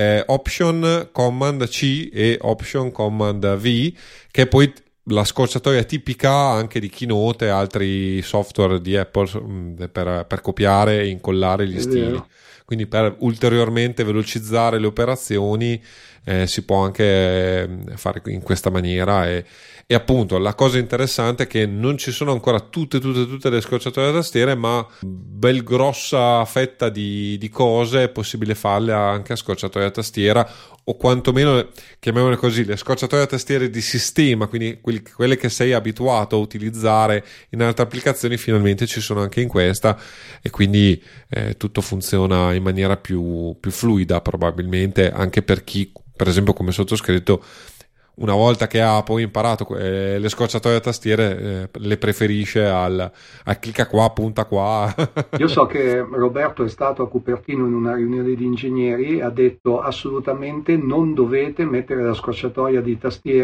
Option Command C e Option Command V, che è poi la scorciatoia tipica anche di Keynote e altri software di Apple per copiare e incollare gli stili. Quindi per ulteriormente velocizzare le operazioni si può anche fare in questa maniera e appunto la cosa interessante è che non ci sono ancora tutte le scorciatoie da tastiere, ma bel grossa fetta di cose è possibile farle anche a scorciatoia a tastiera, o quantomeno, chiamiamole così, le scorciatoie a tastiere di sistema, quindi quelle che sei abituato a utilizzare in altre applicazioni, finalmente ci sono anche in questa, e quindi tutto funziona in maniera più fluida probabilmente, anche per chi, per esempio come sottoscritto, una volta che ha poi imparato le scorciatoie a tastiere, le preferisce al clicca qua, punta qua. Io so che Roberto è stato a Cupertino in una riunione di ingegneri e ha detto assolutamente non dovete mettere la scorciatoia di tastiera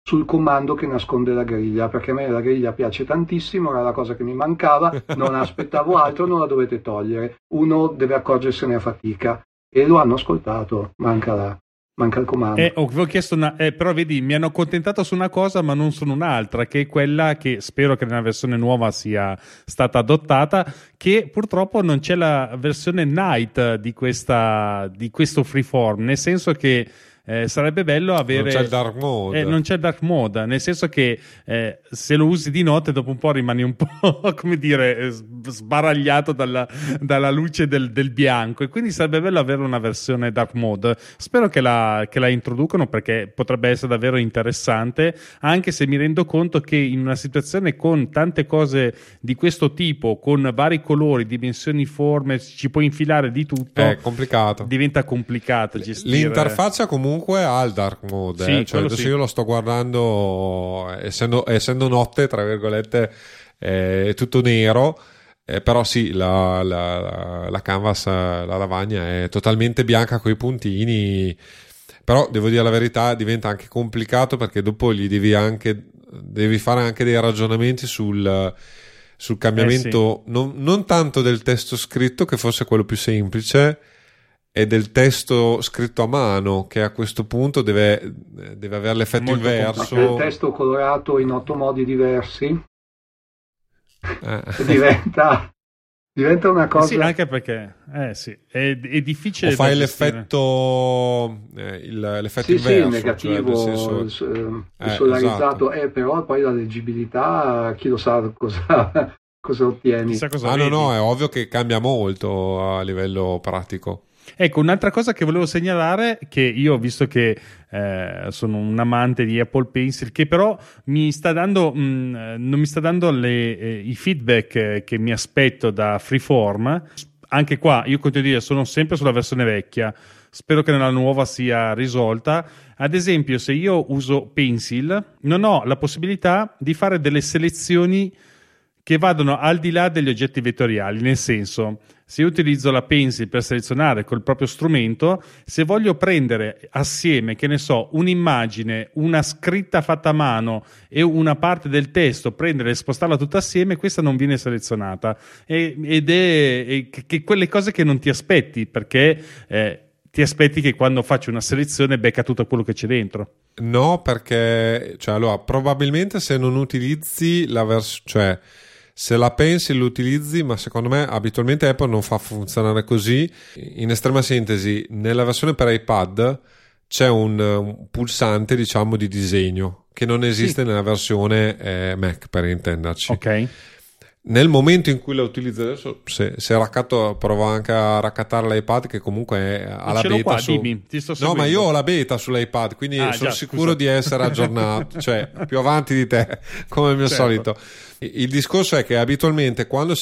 sul comando che nasconde la griglia, perché a me la griglia piace tantissimo, era la cosa che mi mancava, non aspettavo altro, non la dovete togliere, uno deve accorgersene a fatica, e lo hanno ascoltato, manca il comando. Ho chiesto però vedi, mi hanno accontentato su una cosa ma non su un'altra, che è quella che spero che nella versione nuova sia stata adottata, che purtroppo non c'è la versione Night di questo freeform, nel senso che sarebbe bello avere. Non c'è il dark mode. Non c'è il dark mode, nel senso che se lo usi di notte dopo un po' rimani un po' come dire sbaragliato dalla luce del bianco, e quindi sarebbe bello avere una versione dark mode. Spero che la introducano, perché potrebbe essere davvero interessante, anche se mi rendo conto che in una situazione con tante cose di questo tipo, con vari colori, dimensioni, forme, ci puoi infilare di tutto, è complicato, diventa complicato gestire. L'interfaccia comunque ha il dark mode, sì, cioè adesso io lo sto guardando, essendo notte tra virgolette, è tutto nero, però sì, la canvas, la lavagna è totalmente bianca coi puntini, però devo dire la verità, diventa anche complicato, perché dopo gli devi fare anche dei ragionamenti sul cambiamento, sì. non tanto del testo scritto, che forse è quello più semplice, e del testo scritto a mano, che a questo punto deve avere l'effetto inverso. Il testo colorato in 8 modi diversi diventa una cosa. Sì, anche perché sì, è difficile. O fai l'effetto l'effetto inverso, sì, negativo, cioè solarizzato, esatto. Però poi la leggibilità, chi lo sa cosa ottieni. No, è ovvio che cambia molto a livello pratico. Ecco, un'altra cosa che volevo segnalare, che io, visto che sono un amante di Apple Pencil, che però non mi sta dando i feedback che mi aspetto da Freeform. Anche qua io continuo a dire, sono sempre sulla versione vecchia, spero che nella nuova sia risolta. Ad esempio, se io uso Pencil non ho la possibilità di fare delle selezioni che vadano al di là degli oggetti vettoriali, nel senso, se io utilizzo la Pencil per selezionare col proprio strumento, se voglio prendere assieme, che ne so, un'immagine, una scritta fatta a mano e una parte del testo, prendere e spostarla tutta assieme, questa non viene selezionata, ed è quelle cose che non ti aspetti, perché ti aspetti che quando faccio una selezione becca tutto quello che c'è dentro. No, perché allora, probabilmente se non utilizzi se la Pencil lo utilizzi, ma secondo me abitualmente Apple non fa funzionare così. In estrema sintesi, nella versione per iPad c'è un pulsante, diciamo, di disegno che non esiste nella versione Mac, per intenderci. Ok. Nel momento in cui la utilizzo adesso, se provo anche a raccattare l'iPad, che comunque ha la beta dimmi, ti sto no, ma io ho la beta sull'iPad, quindi sono sicuro di essere aggiornato, cioè più avanti di te, come al mio solito. Il discorso è che abitualmente quando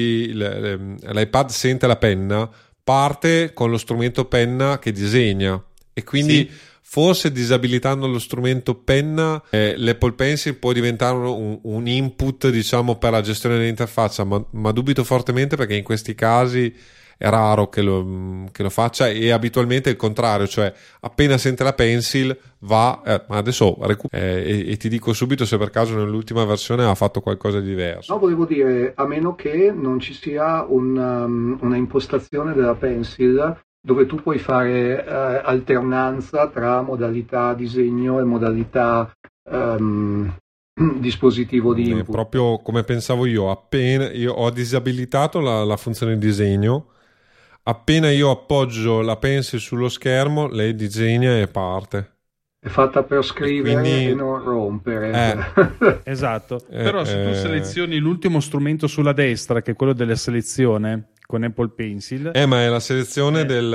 l'iPad sente la penna, parte con lo strumento penna che disegna, e quindi forse disabilitando lo strumento penna, l'Apple Pencil può diventare un input, diciamo, per la gestione dell'interfaccia, ma dubito fortemente, perché in questi casi è raro che lo faccia, e abitualmente è il contrario, cioè appena sente la Pencil va, ma adesso e ti dico subito se per caso nell'ultima versione ha fatto qualcosa di diverso. No, volevo dire, a meno che non ci sia una impostazione della Pencil dove tu puoi fare alternanza tra modalità disegno e modalità dispositivo di input. Proprio come pensavo io, appena io ho disabilitato la funzione disegno, appena io appoggio la Pencil sullo schermo, lei disegna e parte. È fatta per scrivere e non rompere. Esatto. Però se tu selezioni l'ultimo strumento sulla destra, che è quello della selezione con Apple Pencil, ma è la selezione del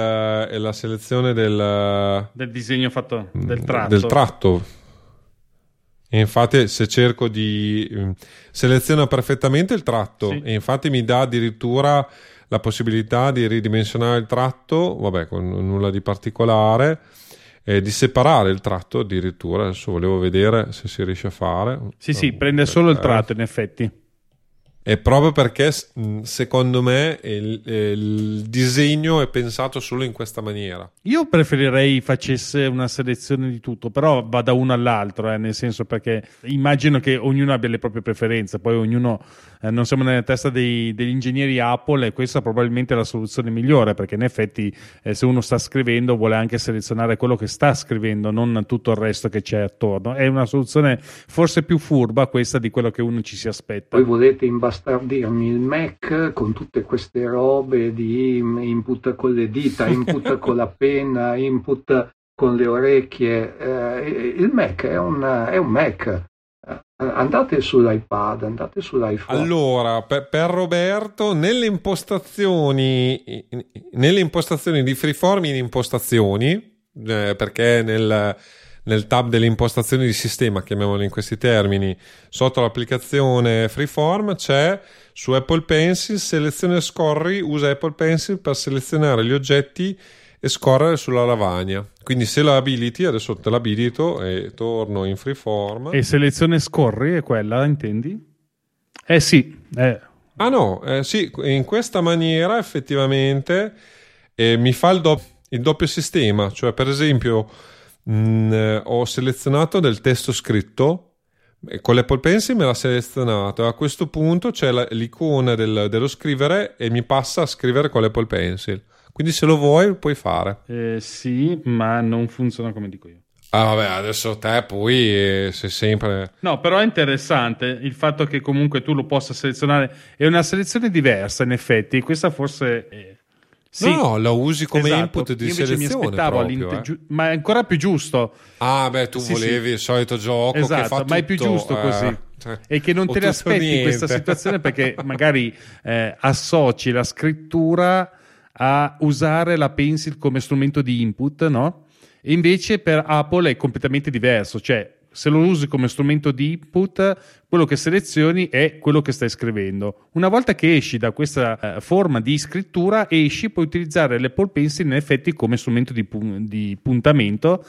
disegno fatto, del tratto. Del tratto. E infatti se cerco seleziona perfettamente il tratto, e infatti mi dà addirittura la possibilità di ridimensionare il tratto, vabbè, con nulla di particolare, di separare il tratto addirittura. Adesso volevo vedere se si riesce a fare. Sì, prende solo il tratto, in effetti. È proprio perché secondo me il disegno è pensato solo in questa maniera. Io preferirei facesse una selezione di tutto, però va da uno all'altro, nel senso, perché immagino che ognuno abbia le proprie preferenze, poi ognuno, non siamo nella testa degli ingegneri Apple, e questa probabilmente è la soluzione migliore, perché in effetti se uno sta scrivendo vuole anche selezionare quello che sta scrivendo, non tutto il resto che c'è attorno. È una soluzione forse più furba questa di quello che uno ci si aspetta. Poi volete imbastardirmi il Mac con tutte queste robe di input con le dita, input con la penna, input con le orecchie. Il Mac è un Mac. Andate sull'iPad, andate sull'iPhone. Allora, per Roberto, nelle impostazioni di Freeform, in impostazioni, perché nel tab delle impostazioni di sistema, chiamiamolo in questi termini, sotto l'applicazione Freeform c'è su Apple Pencil, selezione e scorri, usa Apple Pencil per selezionare gli oggetti e scorrere sulla lavagna. Quindi se la abiliti, adesso te l'abilito e torno in Freeform. E selezione e scorri è quella, intendi? Sì. Ah no, sì, in questa maniera effettivamente mi fa il doppio sistema, cioè per esempio ho selezionato del testo scritto, con l'Apple Pencil me l'ha selezionato, a questo punto c'è l'icona dello scrivere e mi passa a scrivere con l'Apple Pencil, quindi se lo vuoi puoi fare. Sì, ma non funziona come dico io. Ah vabbè, adesso te poi sei sempre... No, però è interessante il fatto che comunque tu lo possa selezionare, è una selezione diversa in effetti, questa forse... Sì, no, la usi come esatto. input di Io invece selezione mi aspettavo proprio, ma è ancora più giusto. Ah beh, tu volevi il solito gioco, esatto, che fa tutto, ma è più giusto così. E che non te ne aspetti questa situazione, perché magari associ la scrittura a usare la pencil come strumento di input, no? E invece per Apple è completamente diverso, cioè se lo usi come strumento di input, quello che selezioni è quello che stai scrivendo. Una volta che esci da questa forma di scrittura, puoi utilizzare l'Apple Pencil in effetti come strumento di puntamento,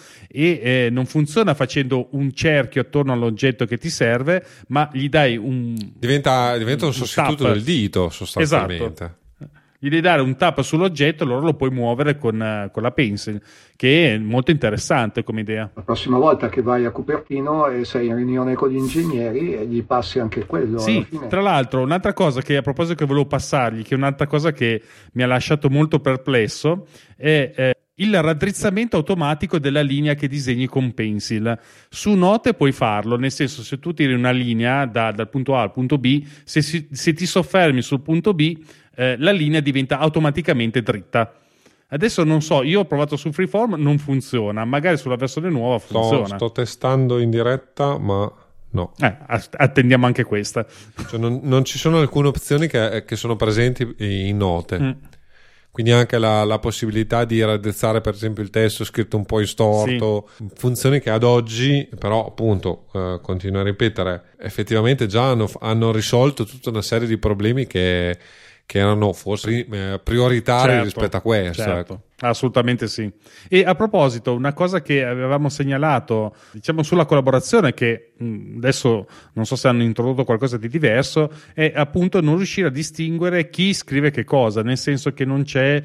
e non funziona facendo un cerchio attorno all'oggetto che ti serve, ma gli dai diventa un sostituto tap. del dito sostanzialmente. Esatto. Gli devi dare un tap sull'oggetto, allora lo puoi muovere con la pencil, che è molto interessante come idea. La prossima volta che vai a Cupertino e sei in riunione con gli ingegneri e gli passi anche quello. Sì, alla fine. tra l'altro un'altra cosa che a proposito che volevo passargli, che è un'altra cosa che mi ha lasciato molto perplesso, è il raddrizzamento automatico della linea che disegni con pencil. Su Note puoi farlo, nel senso, se tu tiri una linea dal punto A al punto B, se ti soffermi sul punto B, la linea diventa automaticamente dritta. Adesso non so, io ho provato su Freeform, non funziona, magari sulla versione nuova funziona. Sto testando in diretta, ma no. Attendiamo anche questa. Cioè non ci sono alcune opzioni che sono presenti in Note. Quindi anche la possibilità di raddrizzare per esempio il testo scritto un po' storto, sì. Funzioni che ad oggi però appunto continuo a ripetere, effettivamente già hanno risolto tutta una serie di problemi che erano forse prioritari rispetto a questo. Certo. Assolutamente sì. E a proposito, una cosa che avevamo segnalato, diciamo, sulla collaborazione, che adesso non so se hanno introdotto qualcosa di diverso, è appunto non riuscire a distinguere chi scrive che cosa, nel senso che non c'è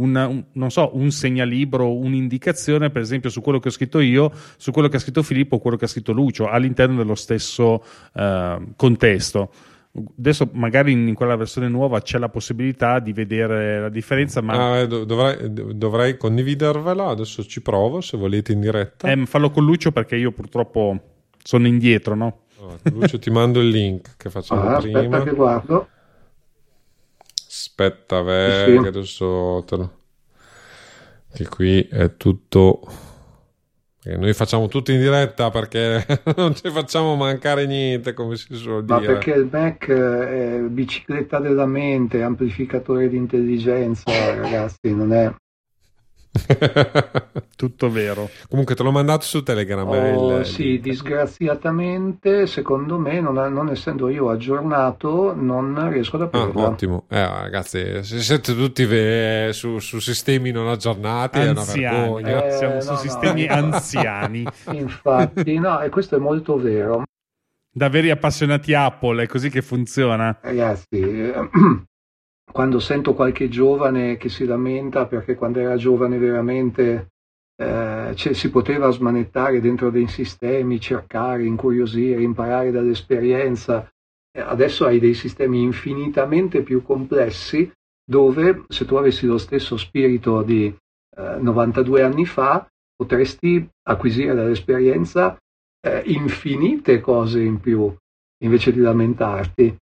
un segnalibro, un'indicazione per esempio su quello che ho scritto io, su quello che ha scritto Filippo o quello che ha scritto Lucio all'interno dello stesso contesto. Adesso magari in quella versione nuova c'è la possibilità di vedere la differenza, ma dovrei condividervela, adesso ci provo se volete in diretta. Fallo con Lucio perché io purtroppo sono indietro, no? Lucio, ti mando il link che facciamo prima. Aspetta che guardo. Aspetta, che adesso che qui è tutto... Noi facciamo tutto in diretta perché non ci facciamo mancare niente, come si suol dire. Ma perché il Mac è bicicletta della mente, amplificatore di intelligenza, ragazzi, non è... Tutto vero. Comunque te l'ho mandato su Telegram. Sì, disgraziatamente, secondo me, non essendo io aggiornato, non riesco ad aprirla. Ottimo. Ragazzi, se siete tutti su sistemi non aggiornati anziani, è una vergogna. Siamo su sistemi anziani. Infatti, no, e questo è molto vero. Da veri appassionati Apple, è così che funziona. Ragazzi, quando sento qualche giovane che si lamenta perché quando era giovane veramente si poteva smanettare dentro dei sistemi, cercare, incuriosire, imparare dall'esperienza, adesso hai dei sistemi infinitamente più complessi dove se tu avessi lo stesso spirito di 92 anni fa potresti acquisire dall'esperienza infinite cose in più invece di lamentarti.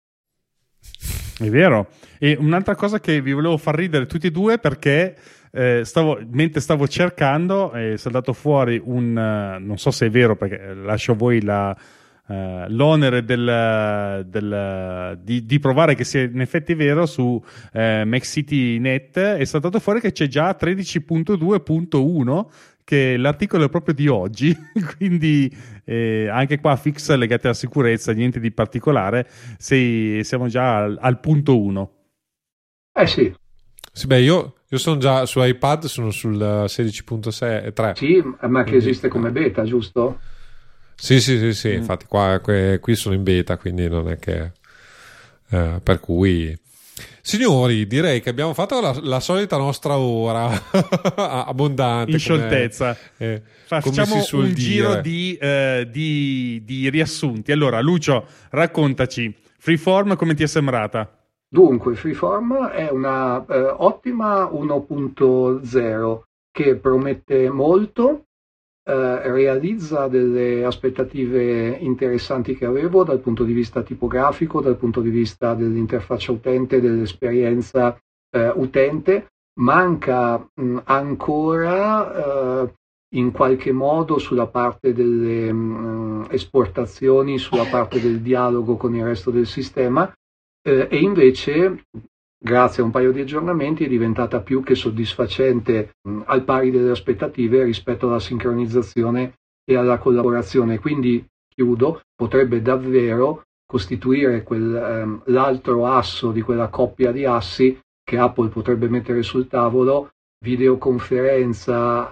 È vero. E un'altra cosa che vi volevo far ridere tutti e due, perché mentre stavo cercando è saltato fuori non so se è vero, perché lascio a voi l'onere di provare che sia in effetti vero. Su MacCityNet è saltato fuori che c'è già 13.2.1, che l'articolo è proprio di oggi, quindi anche qua fix legati alla sicurezza, niente di particolare, siamo già al punto 1. Sì. Sì, beh, io sono già su iPad, sono sul 16.3. Sì, ma che esiste come beta, giusto? Sì, infatti qui sono in beta, quindi non è che per cui signori, direi che abbiamo fatto la solita nostra ora abbondante in scioltezza. Facciamo un giro di riassunti. Allora, Lucio, raccontaci Freeform, come ti è sembrata? Dunque, Freeform è una ottima 1.0 che promette molto, realizza delle aspettative interessanti che avevo dal punto di vista tipografico, dal punto di vista dell'interfaccia utente, dell'esperienza utente. Manca ancora in qualche modo sulla parte delle esportazioni, sulla parte del dialogo con il resto del sistema. E invece, grazie a un paio di aggiornamenti, è diventata più che soddisfacente, al pari delle aspettative rispetto alla sincronizzazione e alla collaborazione. Quindi, chiudo, potrebbe davvero costituire l'altro asso di quella coppia di assi che Apple potrebbe mettere sul tavolo: videoconferenza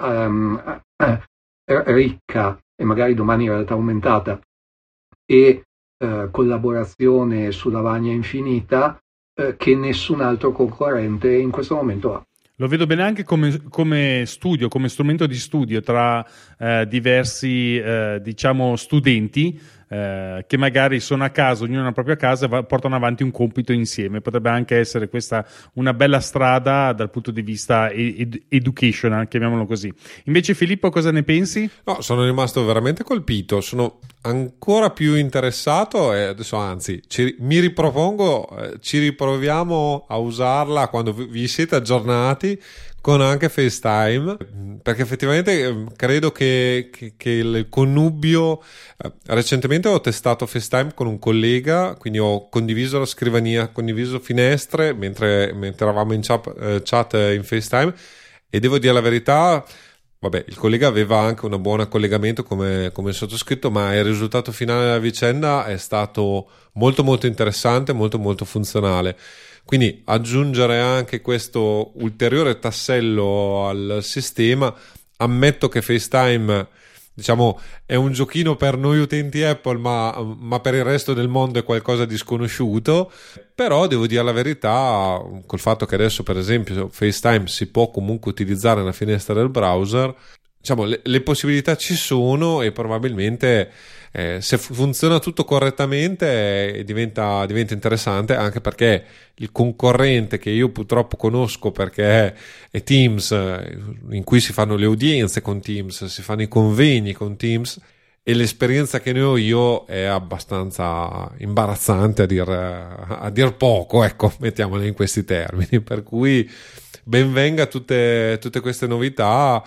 ricca e magari domani in realtà aumentata e collaborazione su lavagna infinita che nessun altro concorrente in questo momento ha. Lo vedo bene anche come studio, come strumento di studio tra diversi diciamo studenti che magari sono a casa, ognuno nella propria casa, e portano avanti un compito insieme. Potrebbe anche essere questa una bella strada dal punto di vista educational, chiamiamolo così. Invece Filippo, cosa ne pensi? No, sono rimasto veramente colpito, sono ancora più interessato e adesso anzi mi ripropongo, ci riproviamo a usarla quando vi siete aggiornati con anche FaceTime, perché effettivamente credo che il connubio, recentemente ho testato FaceTime con un collega, quindi ho condiviso la scrivania, condiviso finestre mentre eravamo in chat in FaceTime, e devo dire la verità, vabbè, il collega aveva anche un buon collegamento come sottoscritto, ma il risultato finale della vicenda è stato molto molto interessante, molto molto funzionale. Quindi aggiungere anche questo ulteriore tassello al sistema. Ammetto che FaceTime, diciamo, è un giochino per noi utenti Apple, ma per il resto del mondo è qualcosa di sconosciuto. Però devo dire la verità, col fatto che adesso per esempio FaceTime si può comunque utilizzare nella finestra del browser, diciamo, le possibilità ci sono, e probabilmente se funziona tutto correttamente diventa interessante, anche perché il concorrente che io purtroppo conosco, perché è Teams, in cui si fanno le udienze con Teams, si fanno i convegni con Teams, e l'esperienza che ne ho io è abbastanza imbarazzante a dir poco, ecco, mettiamola in questi termini, per cui benvenga tutte queste novità,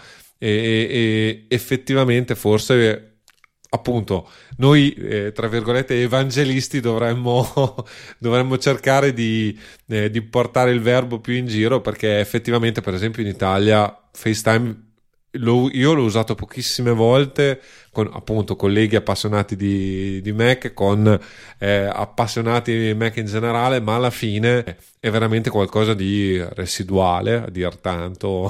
e effettivamente forse appunto noi tra virgolette evangelisti dovremmo cercare di portare il verbo più in giro, perché effettivamente per esempio in Italia FaceTime io l'ho usato pochissime volte con appunto colleghi appassionati di Mac, con appassionati di Mac in generale, ma alla fine è veramente qualcosa di residuale, a dir tanto.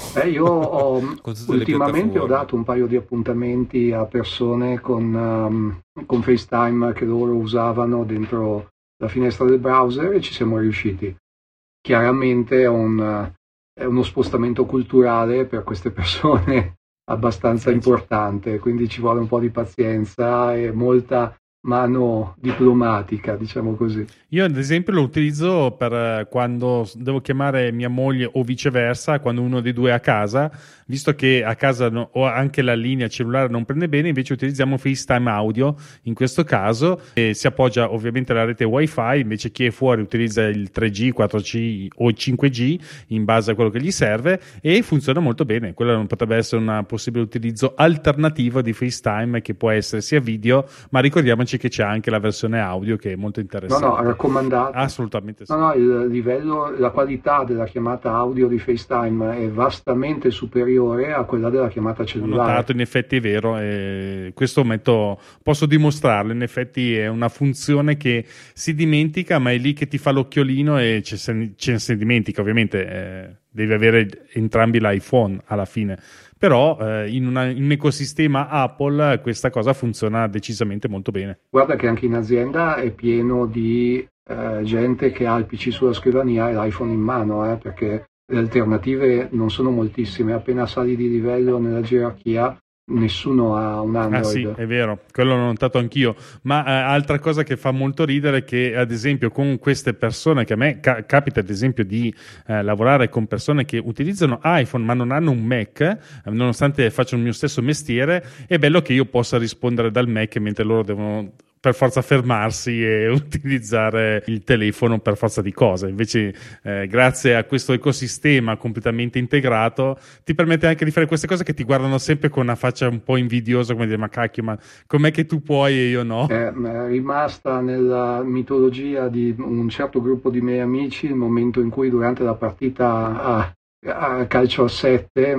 Io ultimamente ho dato un paio di appuntamenti a persone con FaceTime che loro usavano dentro la finestra del browser e ci siamo riusciti. Chiaramente è uno spostamento culturale per queste persone abbastanza importante, quindi ci vuole un po' di pazienza e molta mano diplomatica, diciamo così. Io ad esempio lo utilizzo per quando devo chiamare mia moglie o viceversa, quando uno dei due è a casa, visto che a casa o anche la linea cellulare non prende bene, invece utilizziamo FaceTime audio in questo caso, e si appoggia ovviamente alla rete wifi, invece chi è fuori utilizza il 3G, 4G o 5G in base a quello che gli serve, e funziona molto bene. Quello non potrebbe essere un possibile utilizzo alternativo di FaceTime, che può essere sia video, ma ricordiamoci che c'è anche la versione audio che è molto interessante. No, raccomandato. Assolutamente sì. No, il livello, la qualità della chiamata audio di FaceTime è vastamente superiore a quella della chiamata cellulare. Ho notato, in effetti è vero, e questo posso dimostrarlo. In effetti è una funzione che si dimentica, ma è lì che ti fa l'occhiolino e ce ne si dimentica. Ovviamente devi avere entrambi l'iPhone alla fine, però in un ecosistema Apple questa cosa funziona decisamente molto bene. Guarda che anche in azienda è pieno di gente che ha il PC sulla scrivania e l'iPhone in mano, perché le alternative non sono moltissime. Appena sali di livello nella gerarchia, nessuno ha un Android. Ah sì, è vero, quello l'ho notato anch'io. Ma altra cosa che fa molto ridere è che, ad esempio, con queste persone, che a me capita ad esempio di lavorare con persone che utilizzano iPhone ma non hanno un Mac, nonostante facciano il mio stesso mestiere, è bello che io possa rispondere dal Mac mentre loro devono per forza fermarsi e utilizzare il telefono per forza di cose. Invece grazie a questo ecosistema completamente integrato ti permette anche di fare queste cose che ti guardano sempre con una faccia un po' invidiosa, come dire: ma cacchio, ma com'è che tu puoi e io no? È rimasta nella mitologia di un certo gruppo di miei amici il momento in cui durante la partita a calcio a 7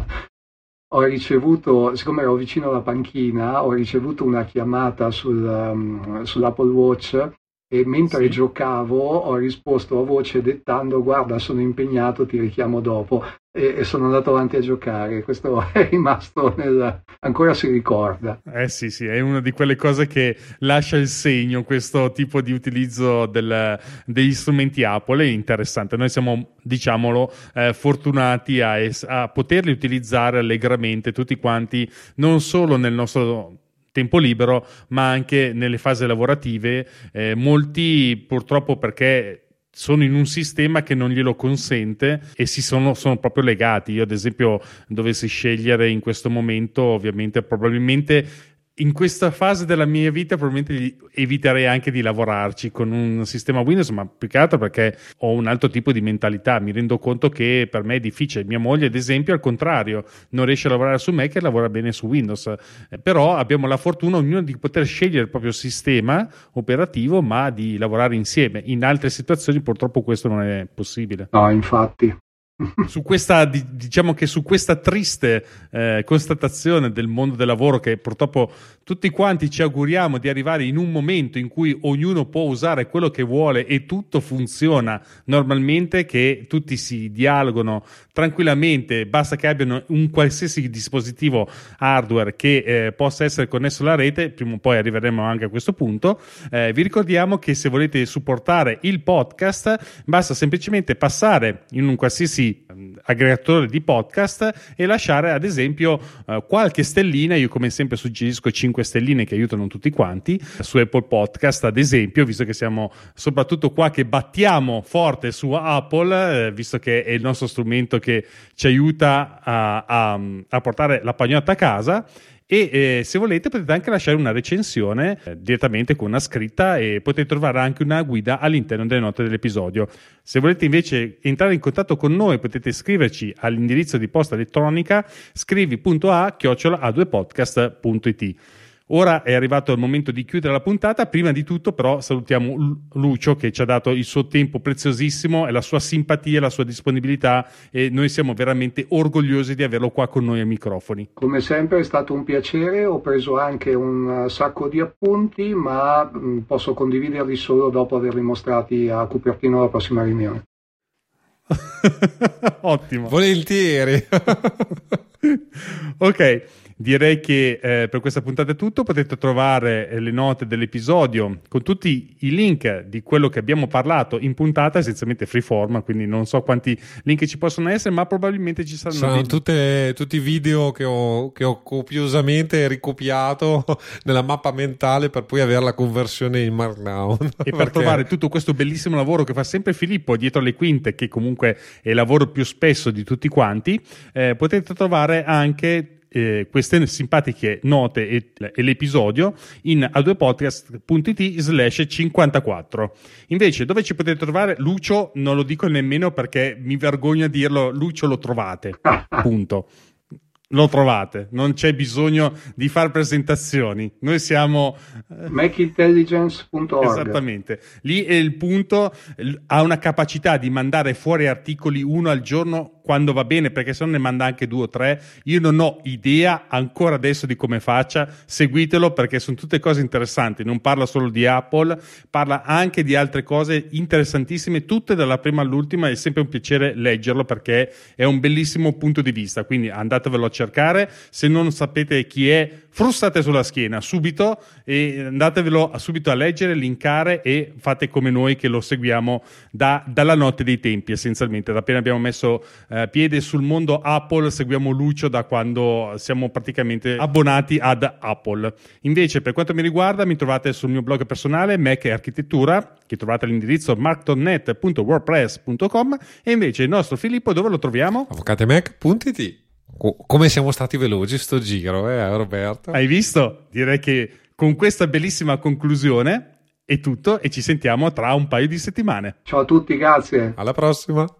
ho ricevuto, siccome ero vicino alla panchina, ho ricevuto una chiamata sull'Apple Watch, e mentre giocavo ho risposto a voce dettando: guarda, sono impegnato, ti richiamo dopo, e sono andato avanti a giocare. Questo è rimasto ancora si ricorda. Sì, è una di quelle cose che lascia il segno, questo tipo di utilizzo degli strumenti Apple. È interessante. Noi siamo, diciamolo, fortunati a poterli utilizzare allegramente tutti quanti, non solo nel nostro tempo libero, ma anche nelle fasi lavorative. Molti purtroppo, perché sono in un sistema che non glielo consente, e sono proprio legati. Io ad esempio dovessi scegliere in questo momento, ovviamente probabilmente in questa fase della mia vita probabilmente eviterei anche di lavorarci con un sistema Windows, ma più che altro perché ho un altro tipo di mentalità. Mi rendo conto che per me è difficile. Mia moglie ad esempio al contrario non riesce a lavorare su Mac e lavora bene su Windows, però abbiamo la fortuna ognuno di poter scegliere il proprio sistema operativo, ma di lavorare insieme. In altre situazioni purtroppo questo non è possibile. No, infatti. Su questa, diciamo che su questa triste constatazione del mondo del lavoro, che purtroppo tutti quanti ci auguriamo di arrivare in un momento in cui ognuno può usare quello che vuole e tutto funziona normalmente, che tutti si dialogano tranquillamente, basta che abbiano un qualsiasi dispositivo hardware che possa essere connesso alla rete. Prima o poi arriveremo anche a questo punto. Vi ricordiamo che se volete supportare il podcast basta semplicemente passare in un qualsiasi aggregatore di podcast e lasciare ad esempio qualche stellina. Io come sempre suggerisco 5 stelline che aiutano tutti quanti su Apple Podcast, ad esempio, visto che siamo soprattutto qua che battiamo forte su Apple, visto che è il nostro strumento che ci aiuta a portare la pagnotta a casa. E se volete potete anche lasciare una recensione direttamente con una scritta, e potete trovare anche una guida all'interno delle note dell'episodio. Se volete invece entrare in contatto con noi potete scriverci all'indirizzo di posta elettronica scrivi.a@a2podcast.it. Ora è arrivato il momento di chiudere la puntata. Prima di tutto però salutiamo Lucio, che ci ha dato il suo tempo preziosissimo e la sua simpatia, la sua disponibilità, e noi siamo veramente orgogliosi di averlo qua con noi ai microfoni. Come sempre è stato un piacere, ho preso anche un sacco di appunti, ma posso condividerli solo dopo averli mostrati a Cupertino alla prossima riunione. Ottimo. Volentieri. Ok, direi che per questa puntata è tutto. Potete trovare le note dell'episodio con tutti i link di quello che abbiamo parlato in puntata, essenzialmente freeform, quindi non so quanti link ci possono essere, ma probabilmente ci saranno tutti i video che ho copiosamente ricopiato nella mappa mentale per poi avere la conversione in Markdown. E per trovare tutto questo bellissimo lavoro che fa sempre Filippo dietro le quinte, che comunque è il lavoro più spesso di tutti quanti, potete trovare anche queste simpatiche note e l'episodio in a2podcast.it/54. Invece, dove ci potete trovare Lucio non lo dico nemmeno perché mi vergogno a dirlo. Lucio lo trovate, punto. Lo trovate, non c'è bisogno di fare presentazioni. Noi siamo makeintelligence.org. Esattamente, lì è il punto. Ha una capacità di mandare fuori articoli uno al giorno quando va bene, perché se no ne manda anche 2 o 3. Io non ho idea ancora adesso di come faccia. Seguitelo, perché sono tutte cose interessanti. Non parla solo di Apple, parla anche di altre cose interessantissime, tutte dalla prima all'ultima. È sempre un piacere leggerlo perché è un bellissimo punto di vista, quindi andatevelo a cercare. Se non sapete chi è, frustate sulla schiena subito e andatevelo subito a leggere, linkare, e fate come noi che lo seguiamo dalla notte dei tempi, essenzialmente. Da appena abbiamo messo piede sul mondo Apple, seguiamo Lucio da quando siamo praticamente abbonati ad Apple. Invece, per quanto mi riguarda, mi trovate sul mio blog personale Mac e Architettura, che trovate all'indirizzo mark.net.wordpress.com, e invece il nostro Filippo dove lo troviamo? avvocatemac.it. Come siamo stati veloci sto giro, Roberto? Hai visto? Direi che con questa bellissima conclusione è tutto, e ci sentiamo tra un paio di settimane. Ciao a tutti, grazie. Alla prossima.